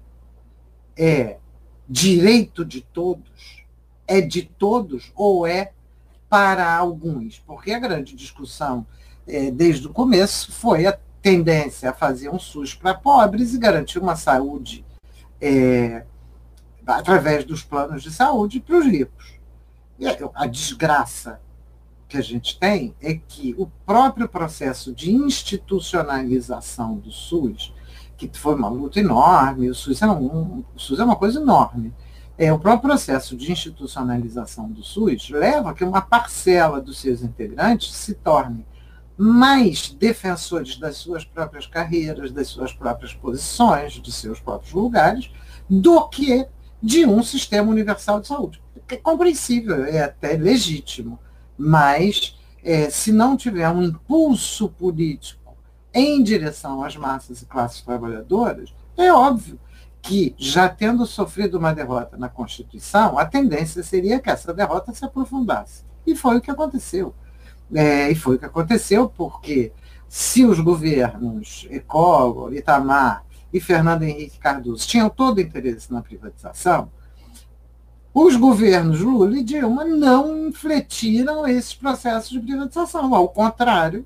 é direito de todos, é de todos ou é para alguns? Porque a grande discussão, é, desde o começo, foi a tendência a fazer um SUS para pobres e garantir uma saúde é, através dos planos de saúde para os ricos. E a desgraça que a gente tem é que o próprio processo de institucionalização do SUS, que foi uma luta enorme, o SUS é, um, o SUS é uma coisa enorme, é, o próprio processo de institucionalização do SUS leva a que uma parcela dos seus integrantes se torne mais defensores das suas próprias carreiras, das suas próprias posições, de seus próprios lugares, do que de um sistema universal de saúde. É compreensível, é até legítimo, mas é, se não tiver um impulso político em direção às massas e classes trabalhadoras, é óbvio que, já tendo sofrido uma derrota na Constituição, a tendência seria que essa derrota se aprofundasse. E foi o que aconteceu. É, e foi o que aconteceu porque, se os governos Collor, Itamar e Fernando Henrique Cardoso tinham todo o interesse na privatização, os governos Lula e Dilma não infletiram esses processos de privatização. Ao contrário,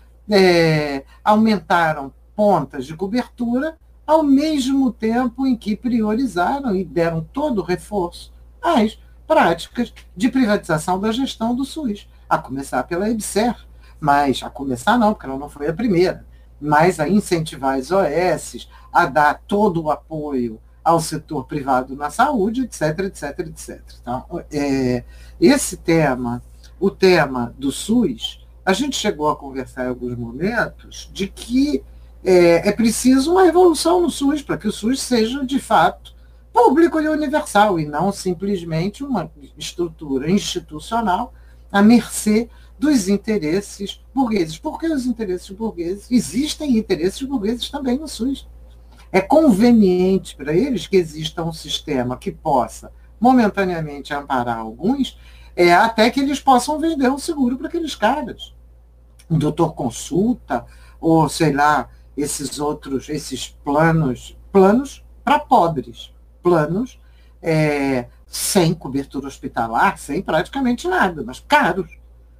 é, aumentaram pontas de cobertura, ao mesmo tempo em que priorizaram e deram todo o reforço às práticas de privatização da gestão do SUS, a começar pela EBSER, mas a começar não, porque ela não foi a primeira, mas a incentivar as O S, a dar todo o apoio ao setor privado na saúde, etc, etc, etcétera. Então, é, esse tema, o tema do SUS, a gente chegou a conversar em alguns momentos de que é, é preciso uma revolução no SUS para que o SUS seja, de fato, público e universal, e não simplesmente uma estrutura institucional à mercê dos interesses burgueses. Por que os interesses burgueses? Existem interesses burgueses também no SUS. É conveniente para eles que exista um sistema que possa momentaneamente amparar alguns, é, até que eles possam vender um seguro para aqueles caras. Um doutor consulta, ou sei lá, esses outros, esses planos, planos para pobres, planos é, sem cobertura hospitalar, sem praticamente nada, mas caros.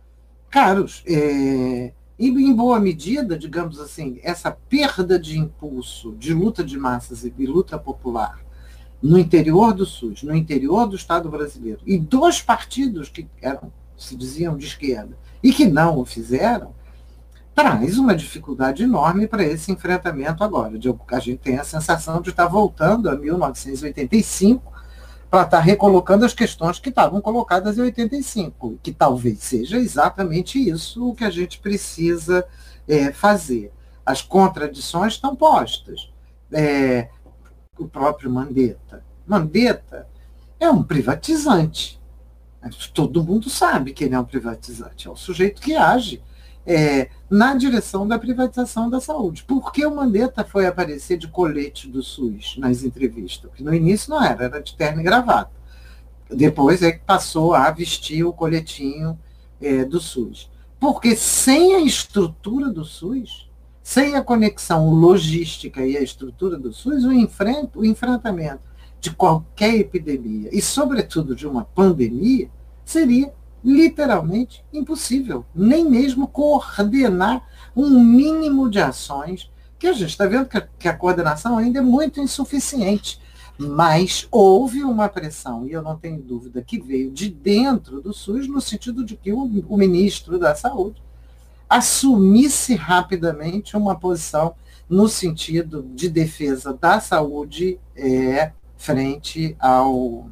Caros. É, e, em boa medida, digamos assim, essa perda de impulso de luta de massas e de luta popular no interior do SUS, no interior do Estado brasileiro, e dos partidos que eram, se diziam de esquerda e que não o fizeram, traz uma dificuldade enorme para esse enfrentamento agora. De, a gente tem a sensação de estar voltando a mil novecentos e oitenta e cinco para estar recolocando as questões que estavam colocadas em oitenta e cinco, que talvez seja exatamente isso o que a gente precisa é, fazer. As contradições estão postas. É, o próprio Mandetta. Mandetta é um privatizante. Todo mundo sabe que ele é um privatizante. É o sujeito que age é, na direção da privatização da saúde. Por que o Mandetta foi aparecer de colete do SUS nas entrevistas? Porque no início não era, era de terno e gravata. Depois é que passou a vestir o coletinho é, do SUS. Porque sem a estrutura do SUS, sem a conexão logística e a estrutura do SUS, o, enfrenta, o enfrentamento de qualquer epidemia, e sobretudo de uma pandemia, seria literalmente impossível, nem mesmo coordenar um mínimo de ações, que a gente está vendo que a, que a coordenação ainda é muito insuficiente, mas houve uma pressão, e eu não tenho dúvida que veio de dentro do SUS, no sentido de que o, o ministro da Saúde assumisse rapidamente uma posição no sentido de defesa da saúde é, frente ao,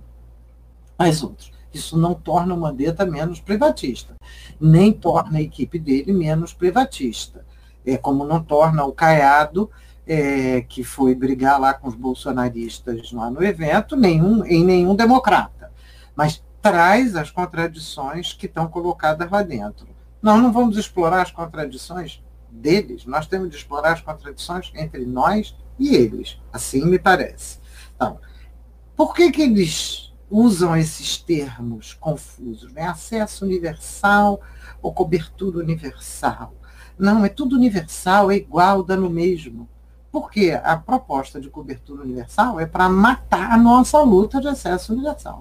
aos outros. Isso não torna o Mandetta menos privatista, nem torna a equipe dele menos privatista, é, como não torna o Caiado, é, que foi brigar lá com os bolsonaristas lá no evento, nenhum, em nenhum democrata, mas traz as contradições que estão colocadas lá dentro. Nós não vamos explorar as contradições deles, nós temos de explorar as contradições entre nós e eles, assim me parece. Então, por que que eles usam esses termos confusos, né? Acesso universal ou cobertura universal? Não, é tudo universal, é igual, dá no mesmo. Porque a proposta de cobertura universal é para matar a nossa luta de acesso universal.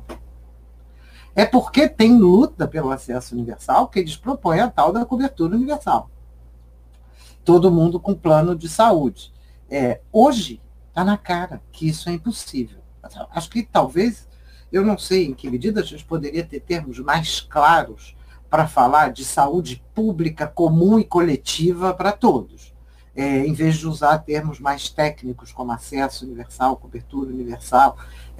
É porque tem luta pelo acesso universal que eles propõem a tal da cobertura universal. Todo mundo com plano de saúde. É, hoje, está na cara que isso é impossível. Acho que talvez, eu não sei em que medida a gente poderia ter termos mais claros para falar de saúde pública comum e coletiva para todos, é, em vez de usar termos mais técnicos como acesso universal, cobertura universal,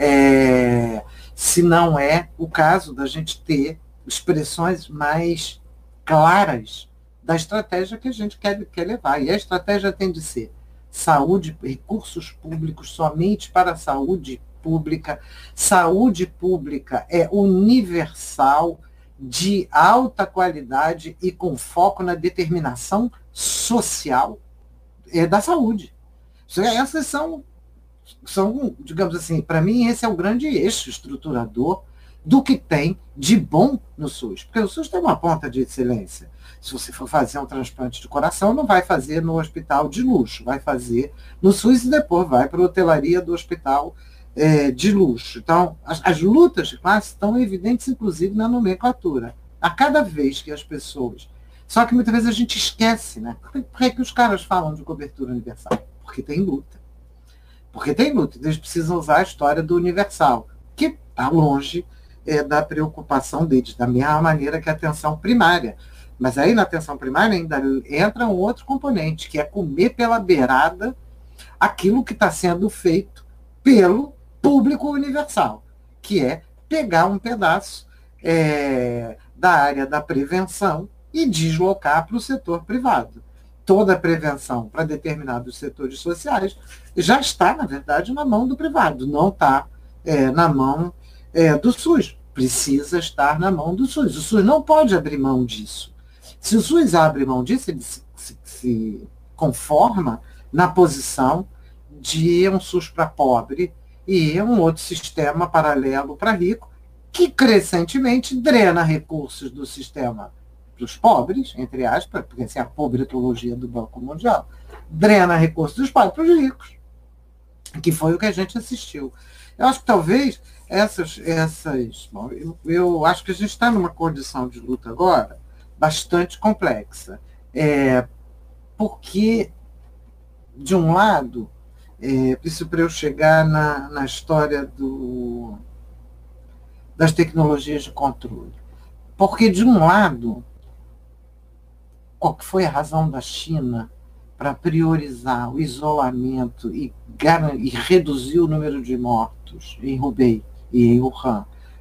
é, se não é o caso da gente ter expressões mais claras da estratégia que a gente quer, quer levar. E a estratégia tem de ser saúde, recursos públicos somente para a saúde pública. Saúde pública é universal, de alta qualidade e com foco na determinação social é, da saúde. Essas são, são, digamos assim, para mim esse é o grande eixo estruturador do que tem de bom no SUS. Porque o SUS tem uma ponta de excelência. Se você for fazer um transplante de coração, não vai fazer no hospital de luxo, vai fazer no SUS e depois vai para a hotelaria do hospital é, de luxo. Então, as, as lutas de classe estão evidentes, inclusive, na nomenclatura. A cada vez que as pessoas... Só que muitas vezes a gente esquece, né? Por que é que os caras falam de cobertura universal? Porque tem luta. Porque tem luta. Eles precisam usar a história do universal, que está longe é, da preocupação deles, da mesma maneira que a atenção primária. Mas aí na atenção primária ainda entra um outro componente, que é comer pela beirada aquilo que está sendo feito pelo público universal, que é pegar um pedaço é, da área da prevenção e deslocar para o setor privado. Toda a prevenção para determinados setores sociais já está, na verdade, na mão do privado, não está é, na mão é, do SUS. Precisa estar na mão do SUS. O SUS não pode abrir mão disso. Se o SUS abre mão disso, ele se, se, se conforma na posição de um SUS para pobre e um outro sistema paralelo para rico, que crescentemente drena recursos do sistema para os pobres, entre aspas, porque essa é a pobretologia do Banco Mundial, drena recursos dos pobres para os ricos, que foi o que a gente assistiu. Eu acho que talvez essas... essas bom, eu, eu acho que a gente está numa condição de luta agora bastante complexa, é, porque, de um lado, é, isso para eu chegar na, na história do, das tecnologias de controle, porque, de um lado, qual que foi a razão da China para priorizar o isolamento e, e reduzir o número de mortos em Hubei e em Wuhan?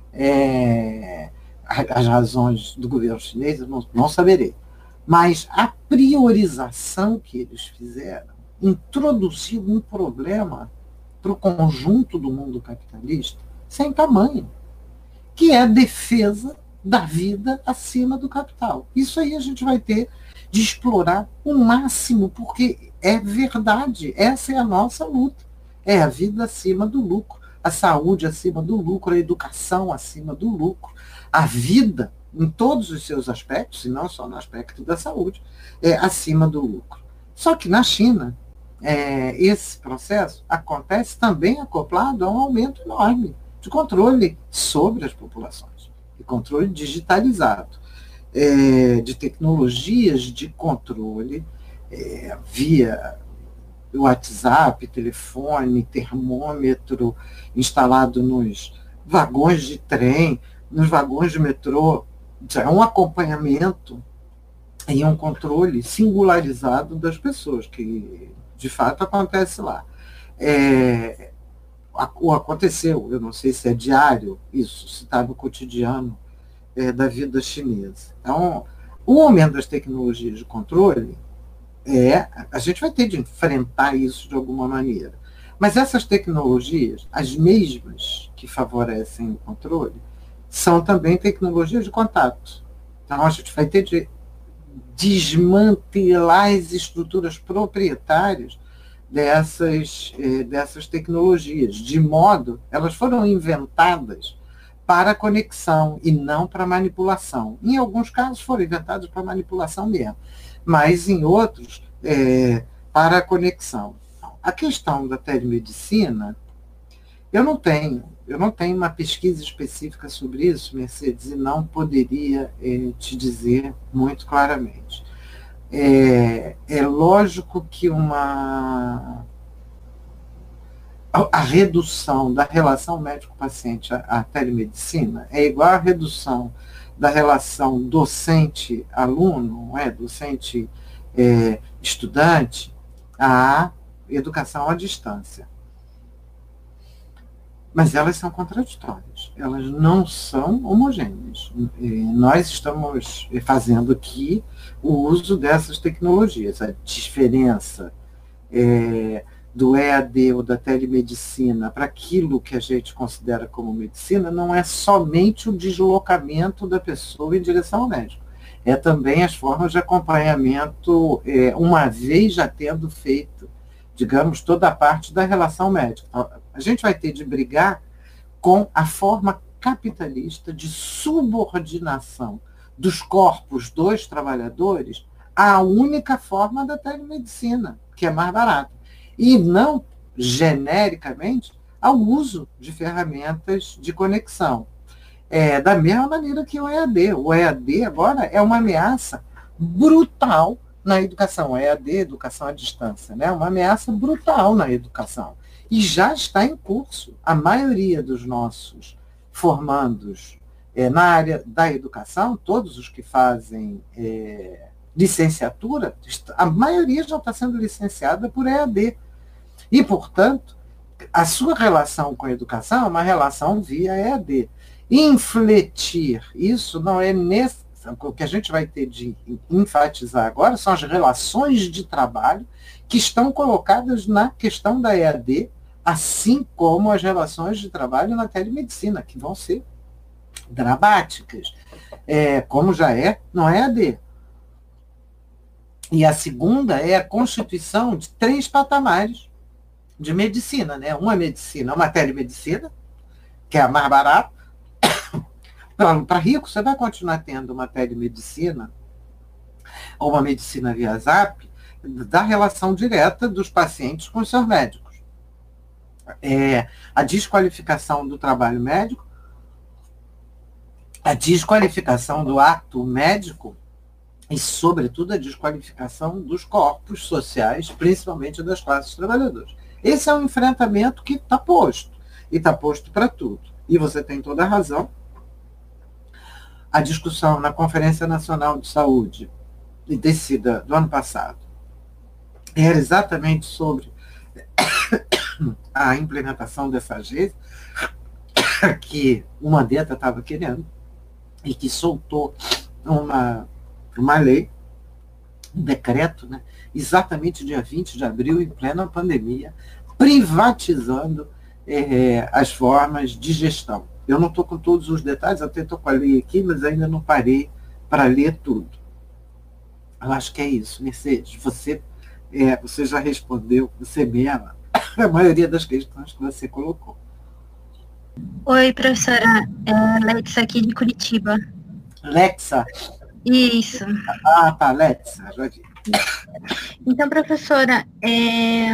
É, as razões do governo chinês, eu não, não saberei. Mas a priorização que eles fizeram introduziu um problema para o conjunto do mundo capitalista sem tamanho, que é a defesa da vida acima do capital. Isso aí a gente vai ter de explorar o máximo, porque é verdade, essa é a nossa luta. É a vida acima do lucro, a saúde acima do lucro, a educação acima do lucro, a vida, em todos os seus aspectos, e não só no aspecto da saúde, é acima do lucro. Só que na China, é, esse processo acontece também acoplado a um aumento enorme de controle sobre as populações, de controle digitalizado, é, de tecnologias de controle é, via WhatsApp, telefone, termômetro instalado nos vagões de trem, nos vagões de metrô. É um acompanhamento e um controle singularizado das pessoas, que de fato acontece lá. É, o aconteceu, eu não sei se é diário isso, se está no cotidiano é, da vida chinesa. Então, o aumento das tecnologias de controle, é, a gente vai ter de enfrentar isso de alguma maneira. Mas essas tecnologias, as mesmas que favorecem o controle, são também tecnologias de contato. Então, a gente vai ter de desmantelar as estruturas proprietárias dessas, eh, dessas tecnologias, de modo, elas foram inventadas para a conexão e não para manipulação. Em alguns casos foram inventadas para manipulação mesmo, mas em outros, é, para a conexão. A questão da telemedicina, eu não tenho, eu não tenho uma pesquisa específica sobre isso, Mercedes, e não poderia é, te dizer muito claramente. É, é lógico que uma... a redução da relação médico-paciente à, à telemedicina é igual à redução da relação docente-aluno, não é? Docente-estudante, à educação à distância. Mas elas são contraditórias, elas não são homogêneas. E nós estamos fazendo aqui o uso dessas tecnologias. A diferença é, do E A D ou da telemedicina para aquilo que a gente considera como medicina não é somente o deslocamento da pessoa em direção ao médico. É também as formas de acompanhamento, é, uma vez já tendo feito, digamos, toda a parte da relação médica. A gente vai ter de brigar com a forma capitalista de subordinação dos corpos dos trabalhadores à única forma da telemedicina, que é mais barata. E não, genericamente, ao uso de ferramentas de conexão. É, da mesma maneira que o E A D. O E A D agora é uma ameaça brutal na educação. O E A D, educação à distância, né? Uma ameaça brutal na educação. E já está em curso. A maioria dos nossos formandos é, na área da educação, todos os que fazem é, licenciatura, a maioria já está sendo licenciada por E A D. E, portanto, a sua relação com a educação é uma relação via E A D. Infletir isso não é necessário. O que a gente vai ter de enfatizar agora são as relações de trabalho que estão colocadas na questão da E A D, assim como as relações de trabalho na telemedicina, que vão ser dramáticas, é, como já é no E A D. E a segunda é a constituição de três patamares de medicina, né? Uma medicina, uma telemedicina, que é a mais barata. Para rico, você vai continuar tendo uma telemedicina ou uma medicina via zap da relação direta dos pacientes com os seus médicos. É, a desqualificação do trabalho médico, a desqualificação do ato médico e, sobretudo, a desqualificação dos corpos sociais, principalmente das classes trabalhadoras. Esse é um enfrentamento que está posto, e está posto para tudo. E você tem toda a razão. A discussão na Conferência Nacional de Saúde, decida do ano passado, era exatamente sobre a implementação dessa agência que o Mandetta estava querendo e que soltou uma, uma lei, um decreto, né, exatamente dia vinte de abril, em plena pandemia, privatizando é, as formas de gestão. Eu não estou com todos os detalhes, até estou com a lei aqui, mas ainda não parei para ler tudo. Eu acho que é isso, Mercedes. Você, é, você já respondeu, você mesma, a maioria das questões que você colocou. Oi, professora. É Lexa aqui de Curitiba. Lexa? Isso. Ah, tá, Lexa, já vi. Então, professora, é...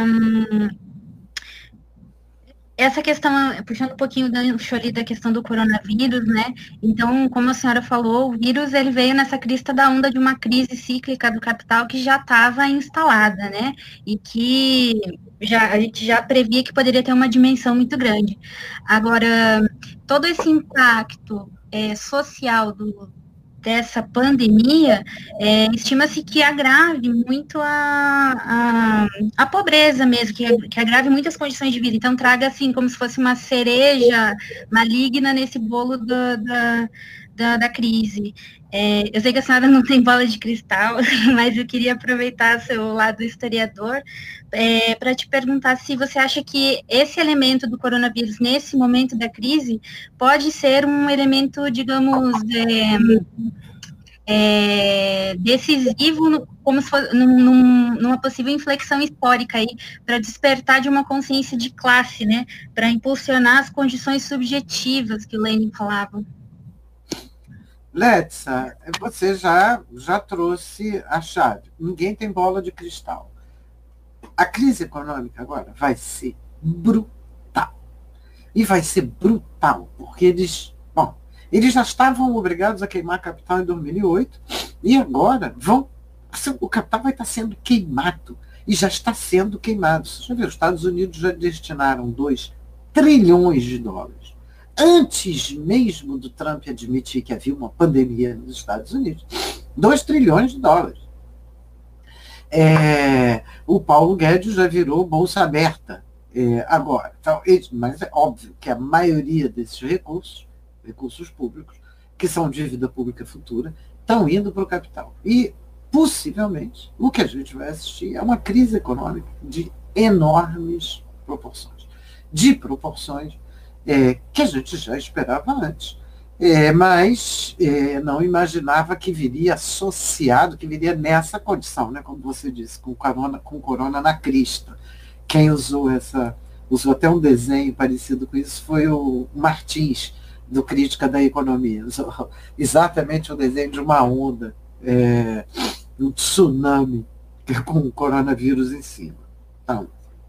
essa questão, puxando um pouquinho da, da questão do coronavírus, né? Então, como a senhora falou, o vírus ele veio nessa crista da onda de uma crise cíclica do capital que já estava instalada, né? E que já, a gente já previa que poderia ter uma dimensão muito grande. Agora, todo esse impacto é, social do dessa pandemia, é, estima-se que agrave muito a, a, a pobreza mesmo, que, que agrave muitas condições de vida. Então, traga, assim, como se fosse uma cereja maligna nesse bolo da, da, da, da crise. É, eu sei que a senhora não tem bola de cristal, mas eu queria aproveitar seu lado historiador é, para te perguntar se você acha que esse elemento do coronavírus, nesse momento da crise, pode ser um elemento, digamos, é, é, decisivo, no, como se fosse num, num, numa possível inflexão histórica aí, para despertar de uma consciência de classe, né, para impulsionar as condições subjetivas que o Lenin falava. Letsa, você já, já trouxe a chave. Ninguém tem bola de cristal. A crise econômica agora vai ser brutal. E vai ser brutal, porque eles, bom, eles já estavam obrigados a queimar capital em dois mil e oito, e agora vão, o capital vai estar sendo queimado, e já está sendo queimado. Você já viu, os Estados Unidos já destinaram dois trilhões de dólares. Antes mesmo do Trump admitir que havia uma pandemia nos Estados Unidos, dois trilhões de dólares. É, o Paulo Guedes já virou bolsa aberta é, agora. Então, ele, mas é óbvio que a maioria desses recursos, recursos públicos, que são dívida pública futura, estão indo para o capital. E, possivelmente, o que a gente vai assistir é uma crise econômica de enormes proporções. De proporções É, que a gente já esperava antes, é, mas é, não imaginava que viria associado, que viria nessa condição, né, como você disse, com corona, com corona na crista. Quem usou essa, usou até um desenho parecido com isso, foi o Martins, do Crítica da Economia. Usou exatamente o desenho de uma onda, é, um tsunami com o coronavírus em cima. Então,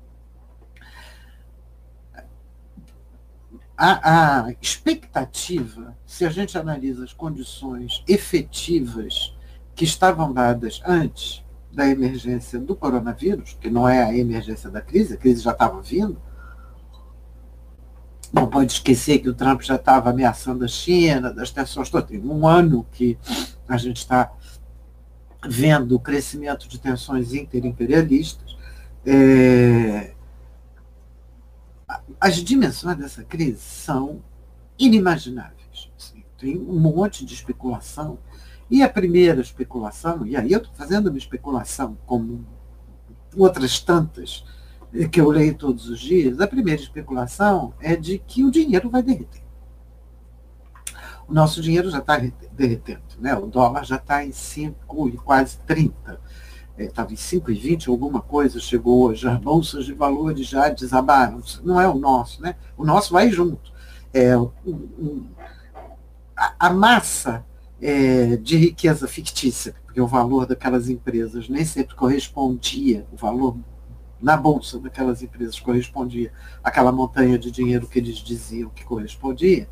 A, a expectativa, se a gente analisa as condições efetivas que estavam dadas antes da emergência do coronavírus, que não é a emergência da crise, a crise já estava vindo, não pode esquecer que o Trump já estava ameaçando a China, das tensões todas. Tem um ano que a gente está vendo o crescimento de tensões interimperialistas. É, As dimensões dessa crise são inimagináveis. Assim, tem um monte de especulação. E a primeira especulação, e aí eu estou fazendo uma especulação como outras tantas que eu leio todos os dias, a primeira especulação é de que o dinheiro vai derreter. O nosso dinheiro já está derretendo, né? O dólar já está em cinco e quase trinta. Estava em cinco e vinte, alguma coisa, chegou hoje, as bolsas de valores já desabaram. Não é o nosso, né? O nosso vai junto. É, um, um, a, a massa é, de riqueza fictícia, porque o valor daquelas empresas nem sempre correspondia, o valor na bolsa daquelas empresas correspondia àquela montanha de dinheiro que eles diziam que correspondia.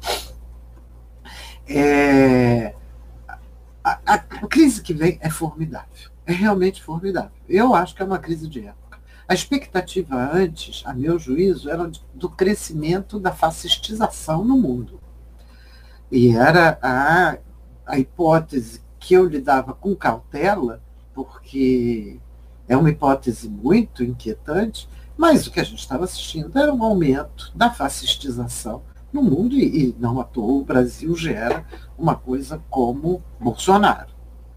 É, a, a, a crise que vem é formidável. É realmente formidável. Eu acho que é uma crise de época. A expectativa antes, a meu juízo, era do crescimento da fascistização no mundo. E era a, a hipótese que eu lidava com cautela, porque é uma hipótese muito inquietante, mas o que a gente estava assistindo era um aumento da fascistização no mundo, e, e não à toa o Brasil gera uma coisa como Bolsonaro.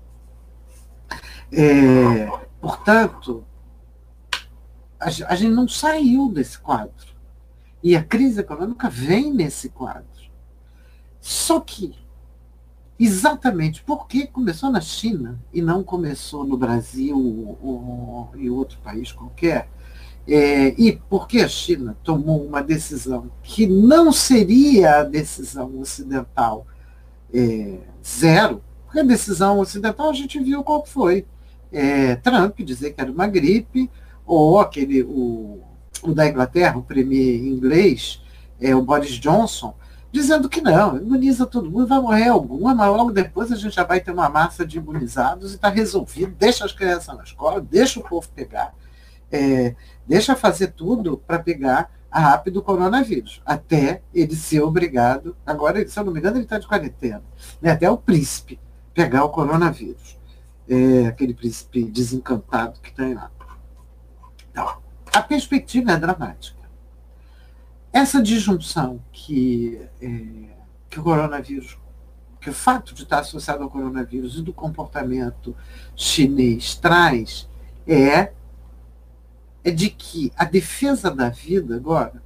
É, portanto, a, a gente não saiu desse quadro. E a crise econômica vem nesse quadro. Só que, exatamente porque começou na China e não começou no Brasil ou em outro país qualquer, é, e porque a China tomou uma decisão que não seria a decisão ocidental é, zero, porque a decisão ocidental a gente viu qual foi. É, Trump dizer que era uma gripe, ou aquele, o, o da Inglaterra, o premier inglês, é, o Boris Johnson, dizendo que não, imuniza todo mundo, vai morrer alguma, mas logo depois a gente já vai ter uma massa de imunizados e está resolvido, deixa as crianças na escola, deixa o povo pegar, é, deixa fazer tudo para pegar a rápido o coronavírus, até ele ser obrigado, agora, se eu não me engano, ele está de quarentena, né, até o príncipe pegar o coronavírus. É, aquele príncipe desencantado que tem lá. Então, a perspectiva é dramática. Essa disjunção que, é, que o coronavírus, que o fato de estar associado ao coronavírus e do comportamento chinês traz, é, é de que a defesa da vida agora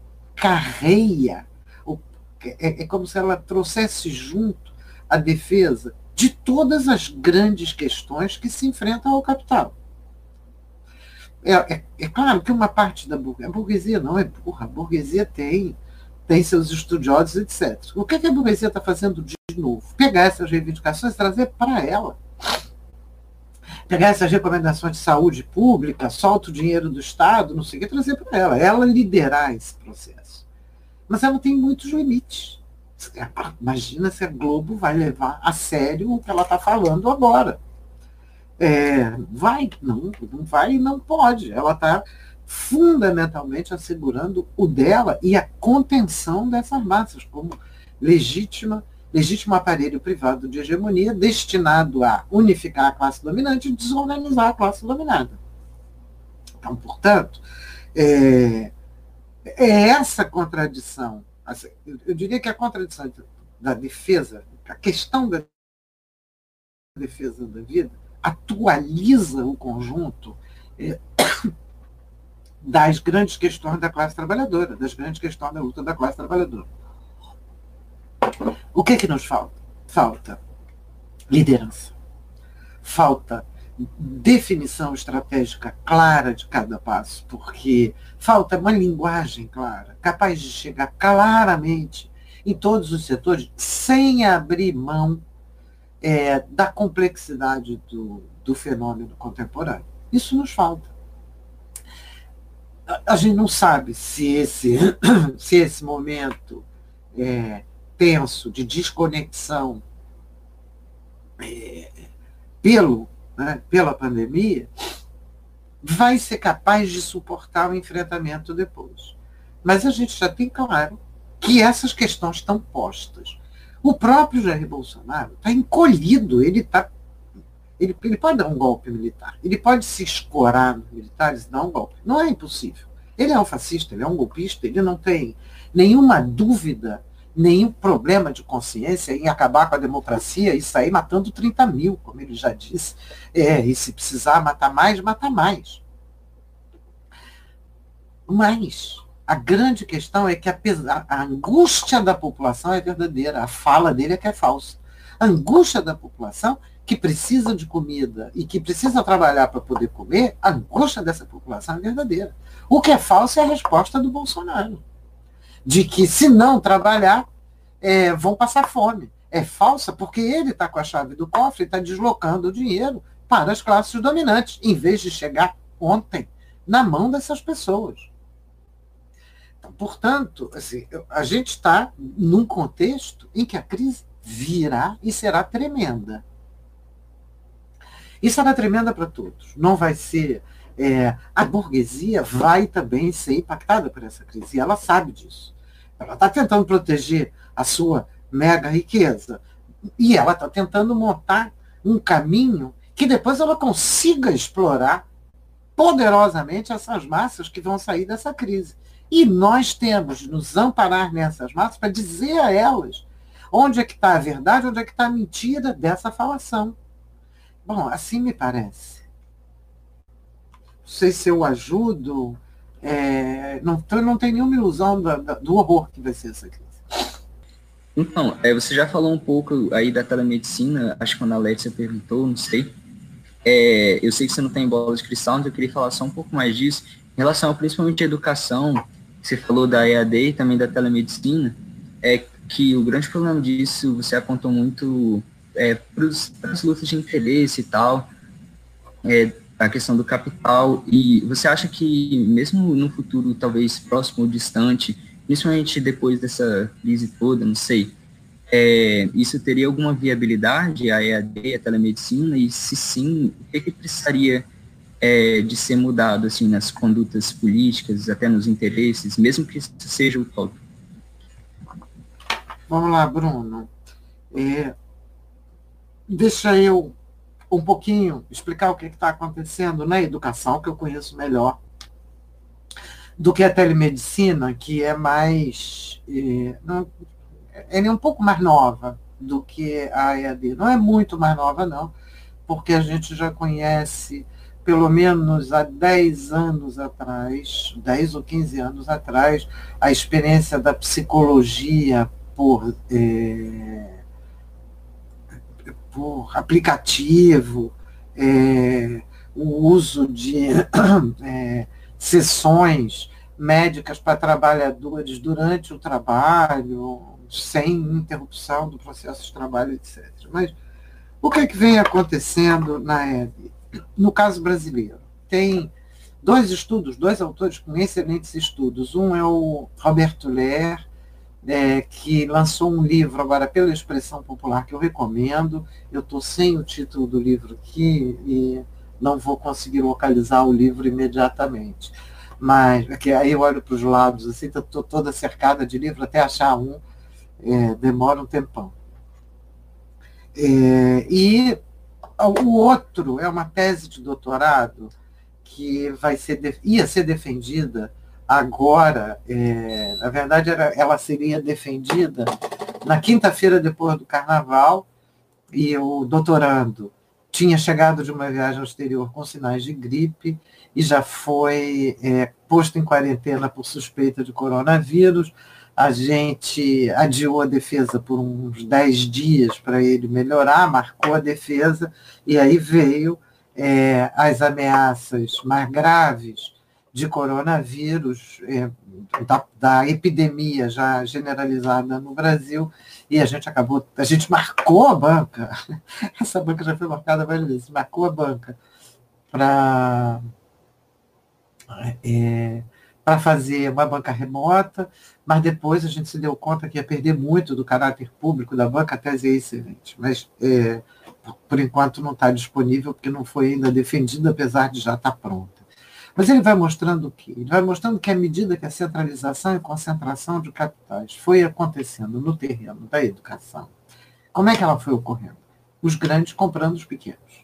carreia, é, é como se ela trouxesse junto a defesa de todas as grandes questões que se enfrentam ao capital. É, é, é claro que uma parte da burguesia, a burguesia não é burra, a burguesia tem, tem seus estudiosos, etcétera. O que, é que a burguesia está fazendo de novo? Pegar essas reivindicações e trazer para ela. Pegar essas recomendações de saúde pública, solta o dinheiro do Estado, não sei o que, trazer para ela. Ela liderar esse processo. Mas ela tem muitos limites. Imagina se a Globo vai levar a sério o que ela está falando agora. É, vai, não, não vai e não pode. Ela está fundamentalmente assegurando o dela e a contenção dessas massas, como legítima, legítimo aparelho privado de hegemonia destinado a unificar a classe dominante e desorganizar a classe dominada. Então, portanto, é, é essa contradição. Assim, eu, eu diria que a contradição da defesa, a questão da defesa da vida, atualiza o conjunto é, das grandes questões da classe trabalhadora, das grandes questões da luta da classe trabalhadora. O que é que nos falta? Falta liderança. Falta definição estratégica clara de cada passo, porque falta uma linguagem clara, capaz de chegar claramente em todos os setores, sem abrir mão É, da complexidade do, do fenômeno contemporâneo. Isso nos falta. A, a gente não sabe se esse, se esse momento é, tenso de desconexão é, pelo, né, pela pandemia vai ser capaz de suportar o enfrentamento depois. Mas a gente já tem claro que essas questões estão postas. O próprio Jair Bolsonaro está encolhido, ele, tá, ele, ele pode dar um golpe militar, ele pode se escorar nos militares e dar um golpe. Não é impossível. Ele é um fascista, ele é um golpista, ele não tem nenhuma dúvida, nenhum problema de consciência em acabar com a democracia e sair matando trinta mil, como ele já disse. É, e se precisar matar mais, matar mais. Mas a grande questão é que a, a angústia da população é verdadeira, a fala dele é que é falsa. A angústia da população que precisa de comida e que precisa trabalhar para poder comer, a angústia dessa população é verdadeira. O que é falso é a resposta do Bolsonaro, de que se não trabalhar, é, vão passar fome. É falsa porque ele está com a chave do cofre e está deslocando o dinheiro para as classes dominantes, em vez de chegar ontem na mão dessas pessoas. Portanto, assim, a gente está num contexto em que a crise virá e será tremenda. E será tremenda para todos. Não vai ser... É, a burguesia vai também ser impactada por essa crise, e ela sabe disso. Ela está tentando proteger a sua mega riqueza, e ela está tentando montar um caminho que depois ela consiga explorar poderosamente essas massas que vão sair dessa crise. E nós temos de nos amparar nessas massas para dizer a elas onde é que está a verdade, onde é que está a mentira dessa falação. Bom, assim me parece. Não sei se eu ajudo, é, não, não tenho nenhuma ilusão do, do horror que vai ser essa crise. Então, é, você já falou um pouco aí da telemedicina, acho que quando a Lécia perguntou, não sei. É, eu sei que você não tem bola de cristal, mas eu queria falar só um pouco mais disso, em relação principalmente à educação. Você falou da E A D e também da telemedicina, é que o grande problema disso, você apontou muito é, para as lutas de interesse e tal, é, a questão do capital, e você acha que mesmo no futuro, talvez próximo ou distante, principalmente depois dessa crise toda, não sei, é, isso teria alguma viabilidade, a E A D, a telemedicina, e se sim, o que, que precisaria É, de ser mudado assim, nas condutas políticas, até nos interesses, mesmo que isso seja utópico? Vamos lá, Bruno. É, deixa eu um pouquinho explicar o que está acontecendo na educação, que eu conheço melhor, do que a telemedicina, que é mais... É, não, ela é um pouco mais nova do que a E A D. Não é muito mais nova, não, porque a gente já conhece... pelo menos há dez anos atrás, dez ou quinze anos atrás, a experiência da psicologia por, é, por aplicativo, é, o uso de é, sessões médicas para trabalhadores durante o trabalho, sem interrupção do processo de trabalho, etcétera. Mas o que é que vem acontecendo na E B? No caso brasileiro, tem dois estudos, dois autores com excelentes estudos. Um é o Roberto Ler, é, que lançou um livro agora pela Expressão Popular, que eu recomendo. Eu estou sem o título do livro aqui e não vou conseguir localizar o livro imediatamente. Mas é que aí eu olho para os lados, assim, estou toda cercada de livro, até achar um, é, demora um tempão. É, e o outro é uma tese de doutorado que vai ser, ia ser defendida agora, é, na verdade era, ela seria defendida na quinta-feira depois do Carnaval, e o doutorando tinha chegado de uma viagem ao exterior com sinais de gripe e já foi é, posto em quarentena por suspeita de coronavírus. A gente adiou a defesa por uns dez dias para ele melhorar, marcou a defesa, e aí veio é, as ameaças mais graves de coronavírus, é, da, da epidemia já generalizada no Brasil, e a gente acabou, a gente marcou a banca, essa banca já foi marcada várias vezes, marcou a banca para é, para fazer uma banca remota, mas depois a gente se deu conta que ia perder muito do caráter público da banca, a tese é excelente, mas é, por enquanto não está disponível, porque não foi ainda defendida, apesar de já estar pronta. Mas ele vai mostrando o quê? Ele vai mostrando que à medida que a centralização e concentração de capitais foi acontecendo no terreno da educação, como é que ela foi ocorrendo? Os grandes comprando os pequenos.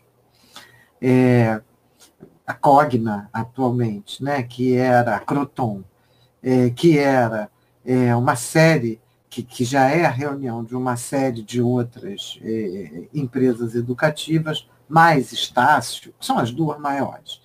É, a Cogna, atualmente, né, que era a Croton, é, que era é, uma série, que, que já é a reunião de uma série de outras é, empresas educativas, mais Estácio, são as duas maiores.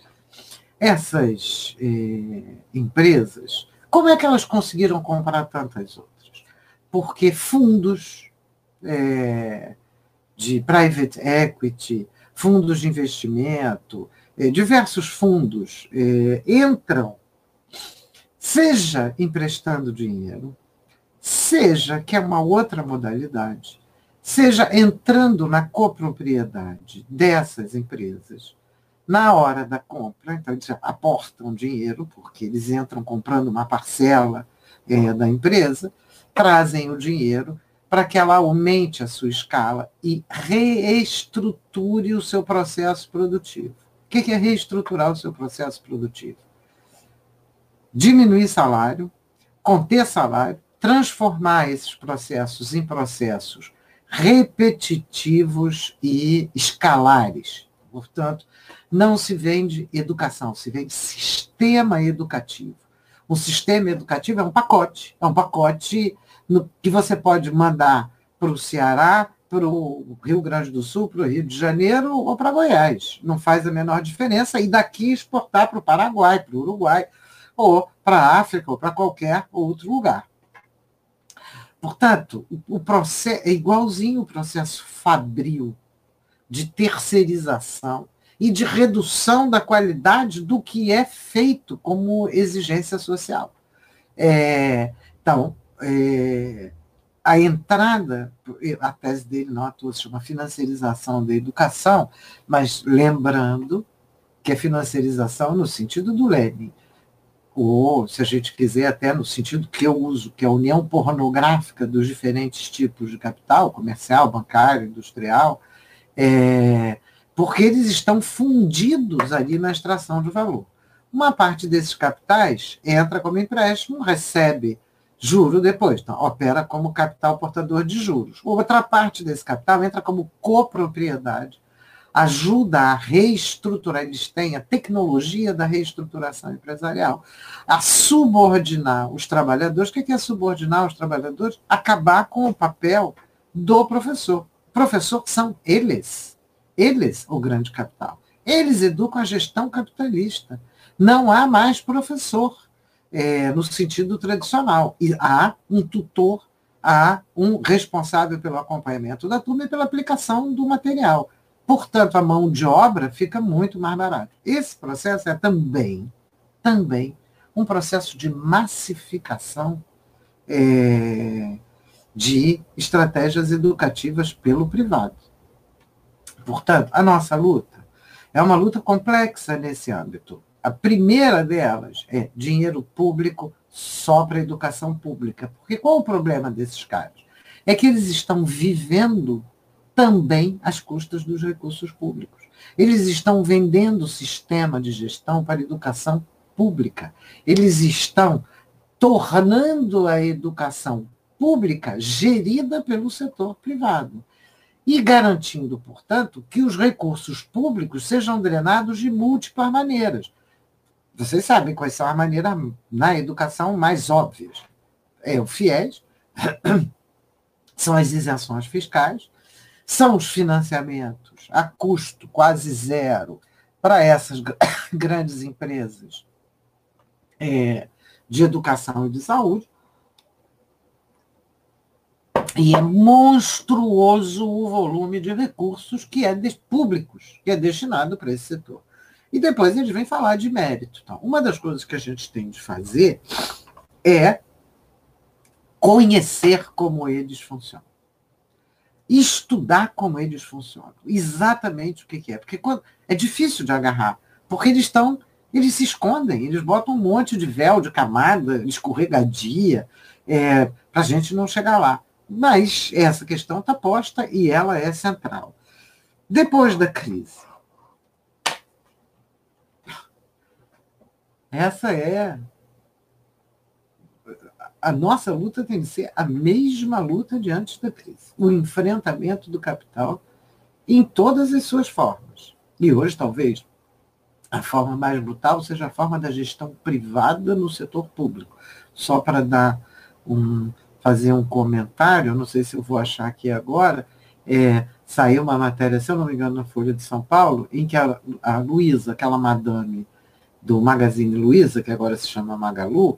Essas é, empresas, como é que elas conseguiram comprar tantas outras? Porque fundos é, de private equity, fundos de investimento, é, diversos fundos é, entram, seja emprestando dinheiro, seja, que é uma outra modalidade, seja entrando na copropriedade dessas empresas, na hora da compra. Então eles aportam dinheiro, porque eles entram comprando uma parcela é, da empresa, trazem o dinheiro para que ela aumente a sua escala e reestruture o seu processo produtivo. O que é reestruturar o seu processo produtivo? Diminuir salário, conter salário, transformar esses processos em processos repetitivos e escalares. Portanto, não se vende educação, se vende sistema educativo. O sistema educativo é um pacote, é um pacote no, que você pode mandar para o Ceará, para o Rio Grande do Sul, para o Rio de Janeiro ou para Goiás. Não faz a menor diferença, e daqui exportar para o Paraguai, para o Uruguai, ou para a África, ou para qualquer outro lugar. Portanto, o processo é igualzinho o processo fabril de terceirização e de redução da qualidade do que é feito como exigência social. É, então, é, a entrada, a tese dele não à toa se chama financiarização da educação, mas lembrando que é financiarização no sentido do Lenin, ou, se a gente quiser, até no sentido que eu uso, que é a união pornográfica dos diferentes tipos de capital, comercial, bancário, industrial, é, porque eles estão fundidos ali na extração de valor. Uma parte desses capitais entra como empréstimo, recebe juro depois, então opera como capital portador de juros. Outra parte desse capital entra como copropriedade, ajuda a reestruturar, eles têm a tecnologia da reestruturação empresarial, a subordinar os trabalhadores. O que é subordinar os trabalhadores? Acabar com o papel do professor. Professor são eles, eles o grande capital. Eles educam a gestão capitalista. Não há mais professor é, no sentido tradicional. E há um tutor a um responsável pelo acompanhamento da turma e pela aplicação do material. Portanto, a mão de obra fica muito mais barata. Esse processo é também, também um processo de massificação é, de estratégias educativas pelo privado. Portanto, a nossa luta é uma luta complexa nesse âmbito. A primeira delas é dinheiro público só para a educação pública. Porque qual o problema desses caras? É que eles estão vivendo também às custas dos recursos públicos. Eles estão vendendo o sistema de gestão para a educação pública. Eles estão tornando a educação pública gerida pelo setor privado e garantindo, portanto, que os recursos públicos sejam drenados de múltiplas maneiras. Vocês sabem quais são as maneiras na educação mais óbvias. É o FIES, são as isenções fiscais, são os financiamentos a custo quase zero para essas grandes empresas é, de educação e de saúde. E é monstruoso o volume de recursos que é de, públicos que é destinado para esse setor. E depois eles vêm falar de mérito. Então, uma das coisas que a gente tem de fazer é conhecer como eles funcionam. Estudar como eles funcionam. Exatamente o que é. Porque quando, é difícil de agarrar. Porque eles estão, eles se escondem, eles botam um monte de véu, de camada, escorregadia, é, para a gente não chegar lá. Mas essa questão está posta e ela é central. Depois da crise, essa é... A nossa luta tem que ser a mesma luta de antes da crise. O enfrentamento do capital em todas as suas formas. E hoje, talvez, a forma mais brutal seja a forma da gestão privada no setor público. Só para dar um, fazer um comentário, não sei se eu vou achar aqui agora, é, saiu uma matéria, se eu não me engano, na Folha de São Paulo, em que a, a Luísa, aquela madame do Magazine Luiza, que agora se chama Magalu,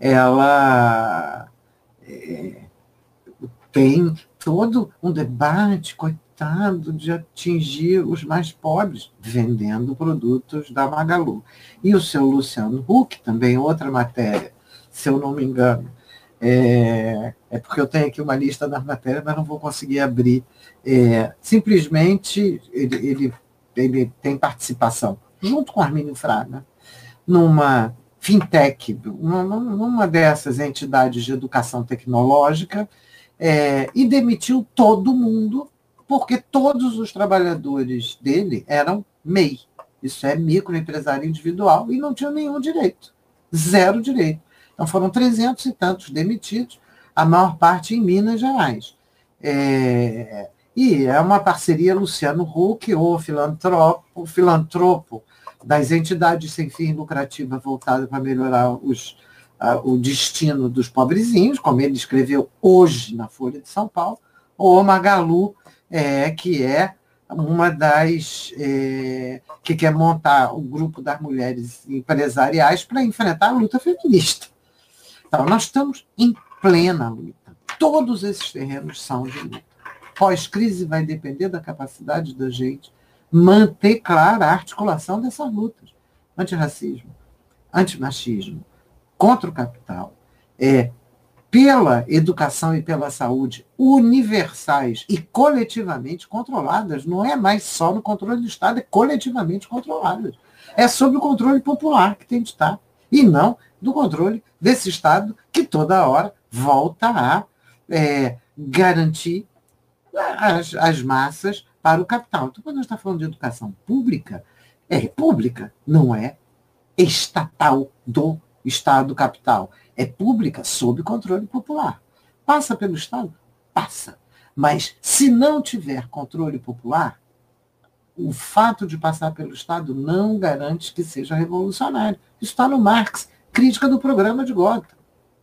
ela é, tem todo um debate, coitado, de atingir os mais pobres, vendendo produtos da Magalu. E o seu Luciano Huck, também outra matéria, se eu não me engano, é, é porque eu tenho aqui uma lista das matérias, mas não vou conseguir abrir. É, simplesmente, ele, ele, ele tem participação, junto com Armínio Fraga, numa fintech, numa dessas entidades de educação tecnológica, é, e demitiu todo mundo, porque todos os trabalhadores dele eram M E I. Isso é microempresário individual, e não tinham nenhum direito. Zero direito. Então foram trezentos e tantos demitidos, a maior parte em Minas Gerais. É, e é uma parceria Luciano Huck, o filantropo, filantropo das entidades sem fim lucrativa voltadas para melhorar os, uh, o destino dos pobrezinhos, como ele escreveu hoje na Folha de São Paulo, ou Magalu, é, que é uma das... É, que quer montar o grupo das mulheres empresariais para enfrentar a luta feminista. Então, nós estamos em plena luta. Todos esses terrenos são de luta. Pós-crise vai depender da capacidade da gente manter clara a articulação dessas lutas. Antirracismo, antimachismo, contra o capital, é, pela educação e pela saúde universais e coletivamente controladas. Não é mais só no controle do Estado, é coletivamente controladas. É sob o controle popular que tem de estar, e não do controle desse Estado que toda hora volta a é, garantir as, as massas para o capital. Então, quando a gente está falando de educação pública, é pública, não é estatal do Estado capital. É pública sob controle popular. Passa pelo Estado? Passa. Mas, se não tiver controle popular, o fato de passar pelo Estado não garante que seja revolucionário. Isso está no Marx, crítica do programa de Gotha.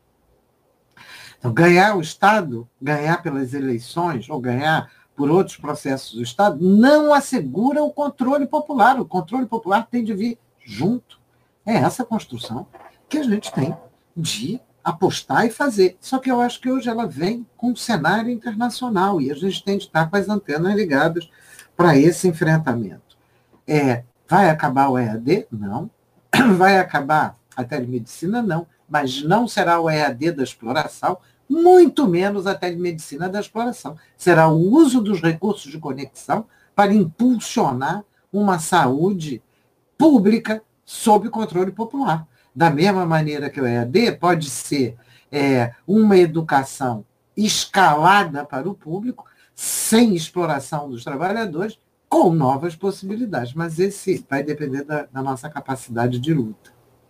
Então, ganhar o Estado, ganhar pelas eleições, ou ganhar por outros processos do Estado, não assegura o controle popular. O controle popular tem de vir junto. É essa construção que a gente tem de apostar e fazer. Só que eu acho que hoje ela vem com um cenário internacional e a gente tem de estar com as antenas ligadas para esse enfrentamento. É, vai acabar o E A D? Não. Vai acabar a telemedicina? Não. Mas não será o E A D da exploração, muito menos a telemedicina da exploração. Será o uso dos recursos de conexão para impulsionar uma saúde pública sob controle popular. Da mesma maneira que o E A D pode ser é, uma educação escalada para o público, sem exploração dos trabalhadores, com novas possibilidades. Mas esse vai depender da, da nossa capacidade de luta.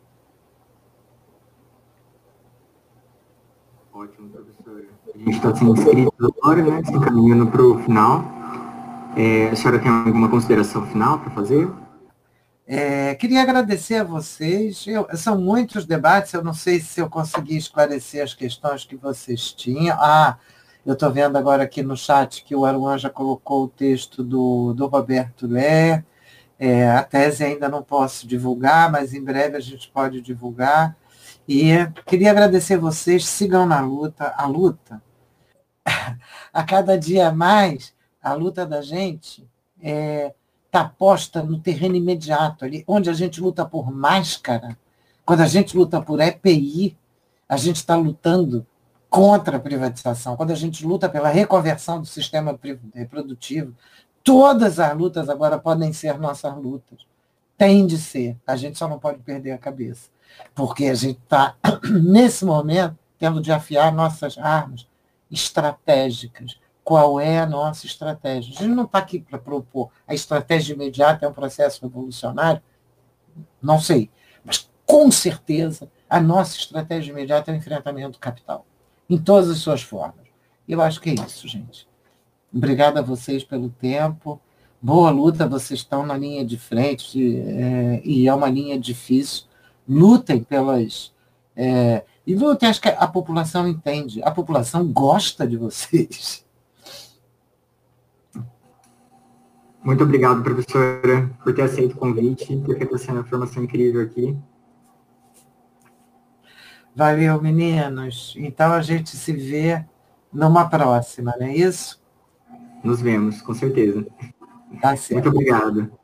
Ótimo, professora. A gente está sendo inscrito agora, né? Se encaminhando para o final. É, a senhora tem alguma consideração final para fazer? É, queria agradecer a vocês. Eu, são muitos debates, eu não sei se eu consegui esclarecer as questões que vocês tinham. Ah, eu estou vendo agora aqui no chat que o Aruan já colocou o texto do, do Roberto Lé. É, a tese ainda não posso divulgar, mas em breve a gente pode divulgar. E queria agradecer a vocês, sigam na luta, a luta. A cada dia mais, a luta da gente é... está posta no terreno imediato, ali, onde a gente luta por máscara, quando a gente luta por E P I, a gente está lutando contra a privatização, quando a gente luta pela reconversão do sistema reprodutivo, todas as lutas agora podem ser nossas lutas. Tem de ser, a gente só não pode perder a cabeça, porque a gente está, nesse momento, tendo de afiar nossas armas estratégicas. Qual é a nossa estratégia? A gente não está aqui para propor a estratégia imediata é um processo revolucionário? Não sei. Mas, com certeza, a nossa estratégia imediata é o enfrentamento do capital, em todas as suas formas. Eu acho que é isso, gente. Obrigada a vocês pelo tempo. Boa luta, vocês estão na linha de frente, é, e é uma linha difícil. Lutem pelas... É, e lutem, acho que a população entende. A população gosta de vocês. Muito obrigado, professora, por ter aceito o convite, porque está sendo uma formação incrível aqui. Valeu, meninos. Então a gente se vê numa próxima, não é isso? Nos vemos, com certeza. Tá certo. Muito obrigado.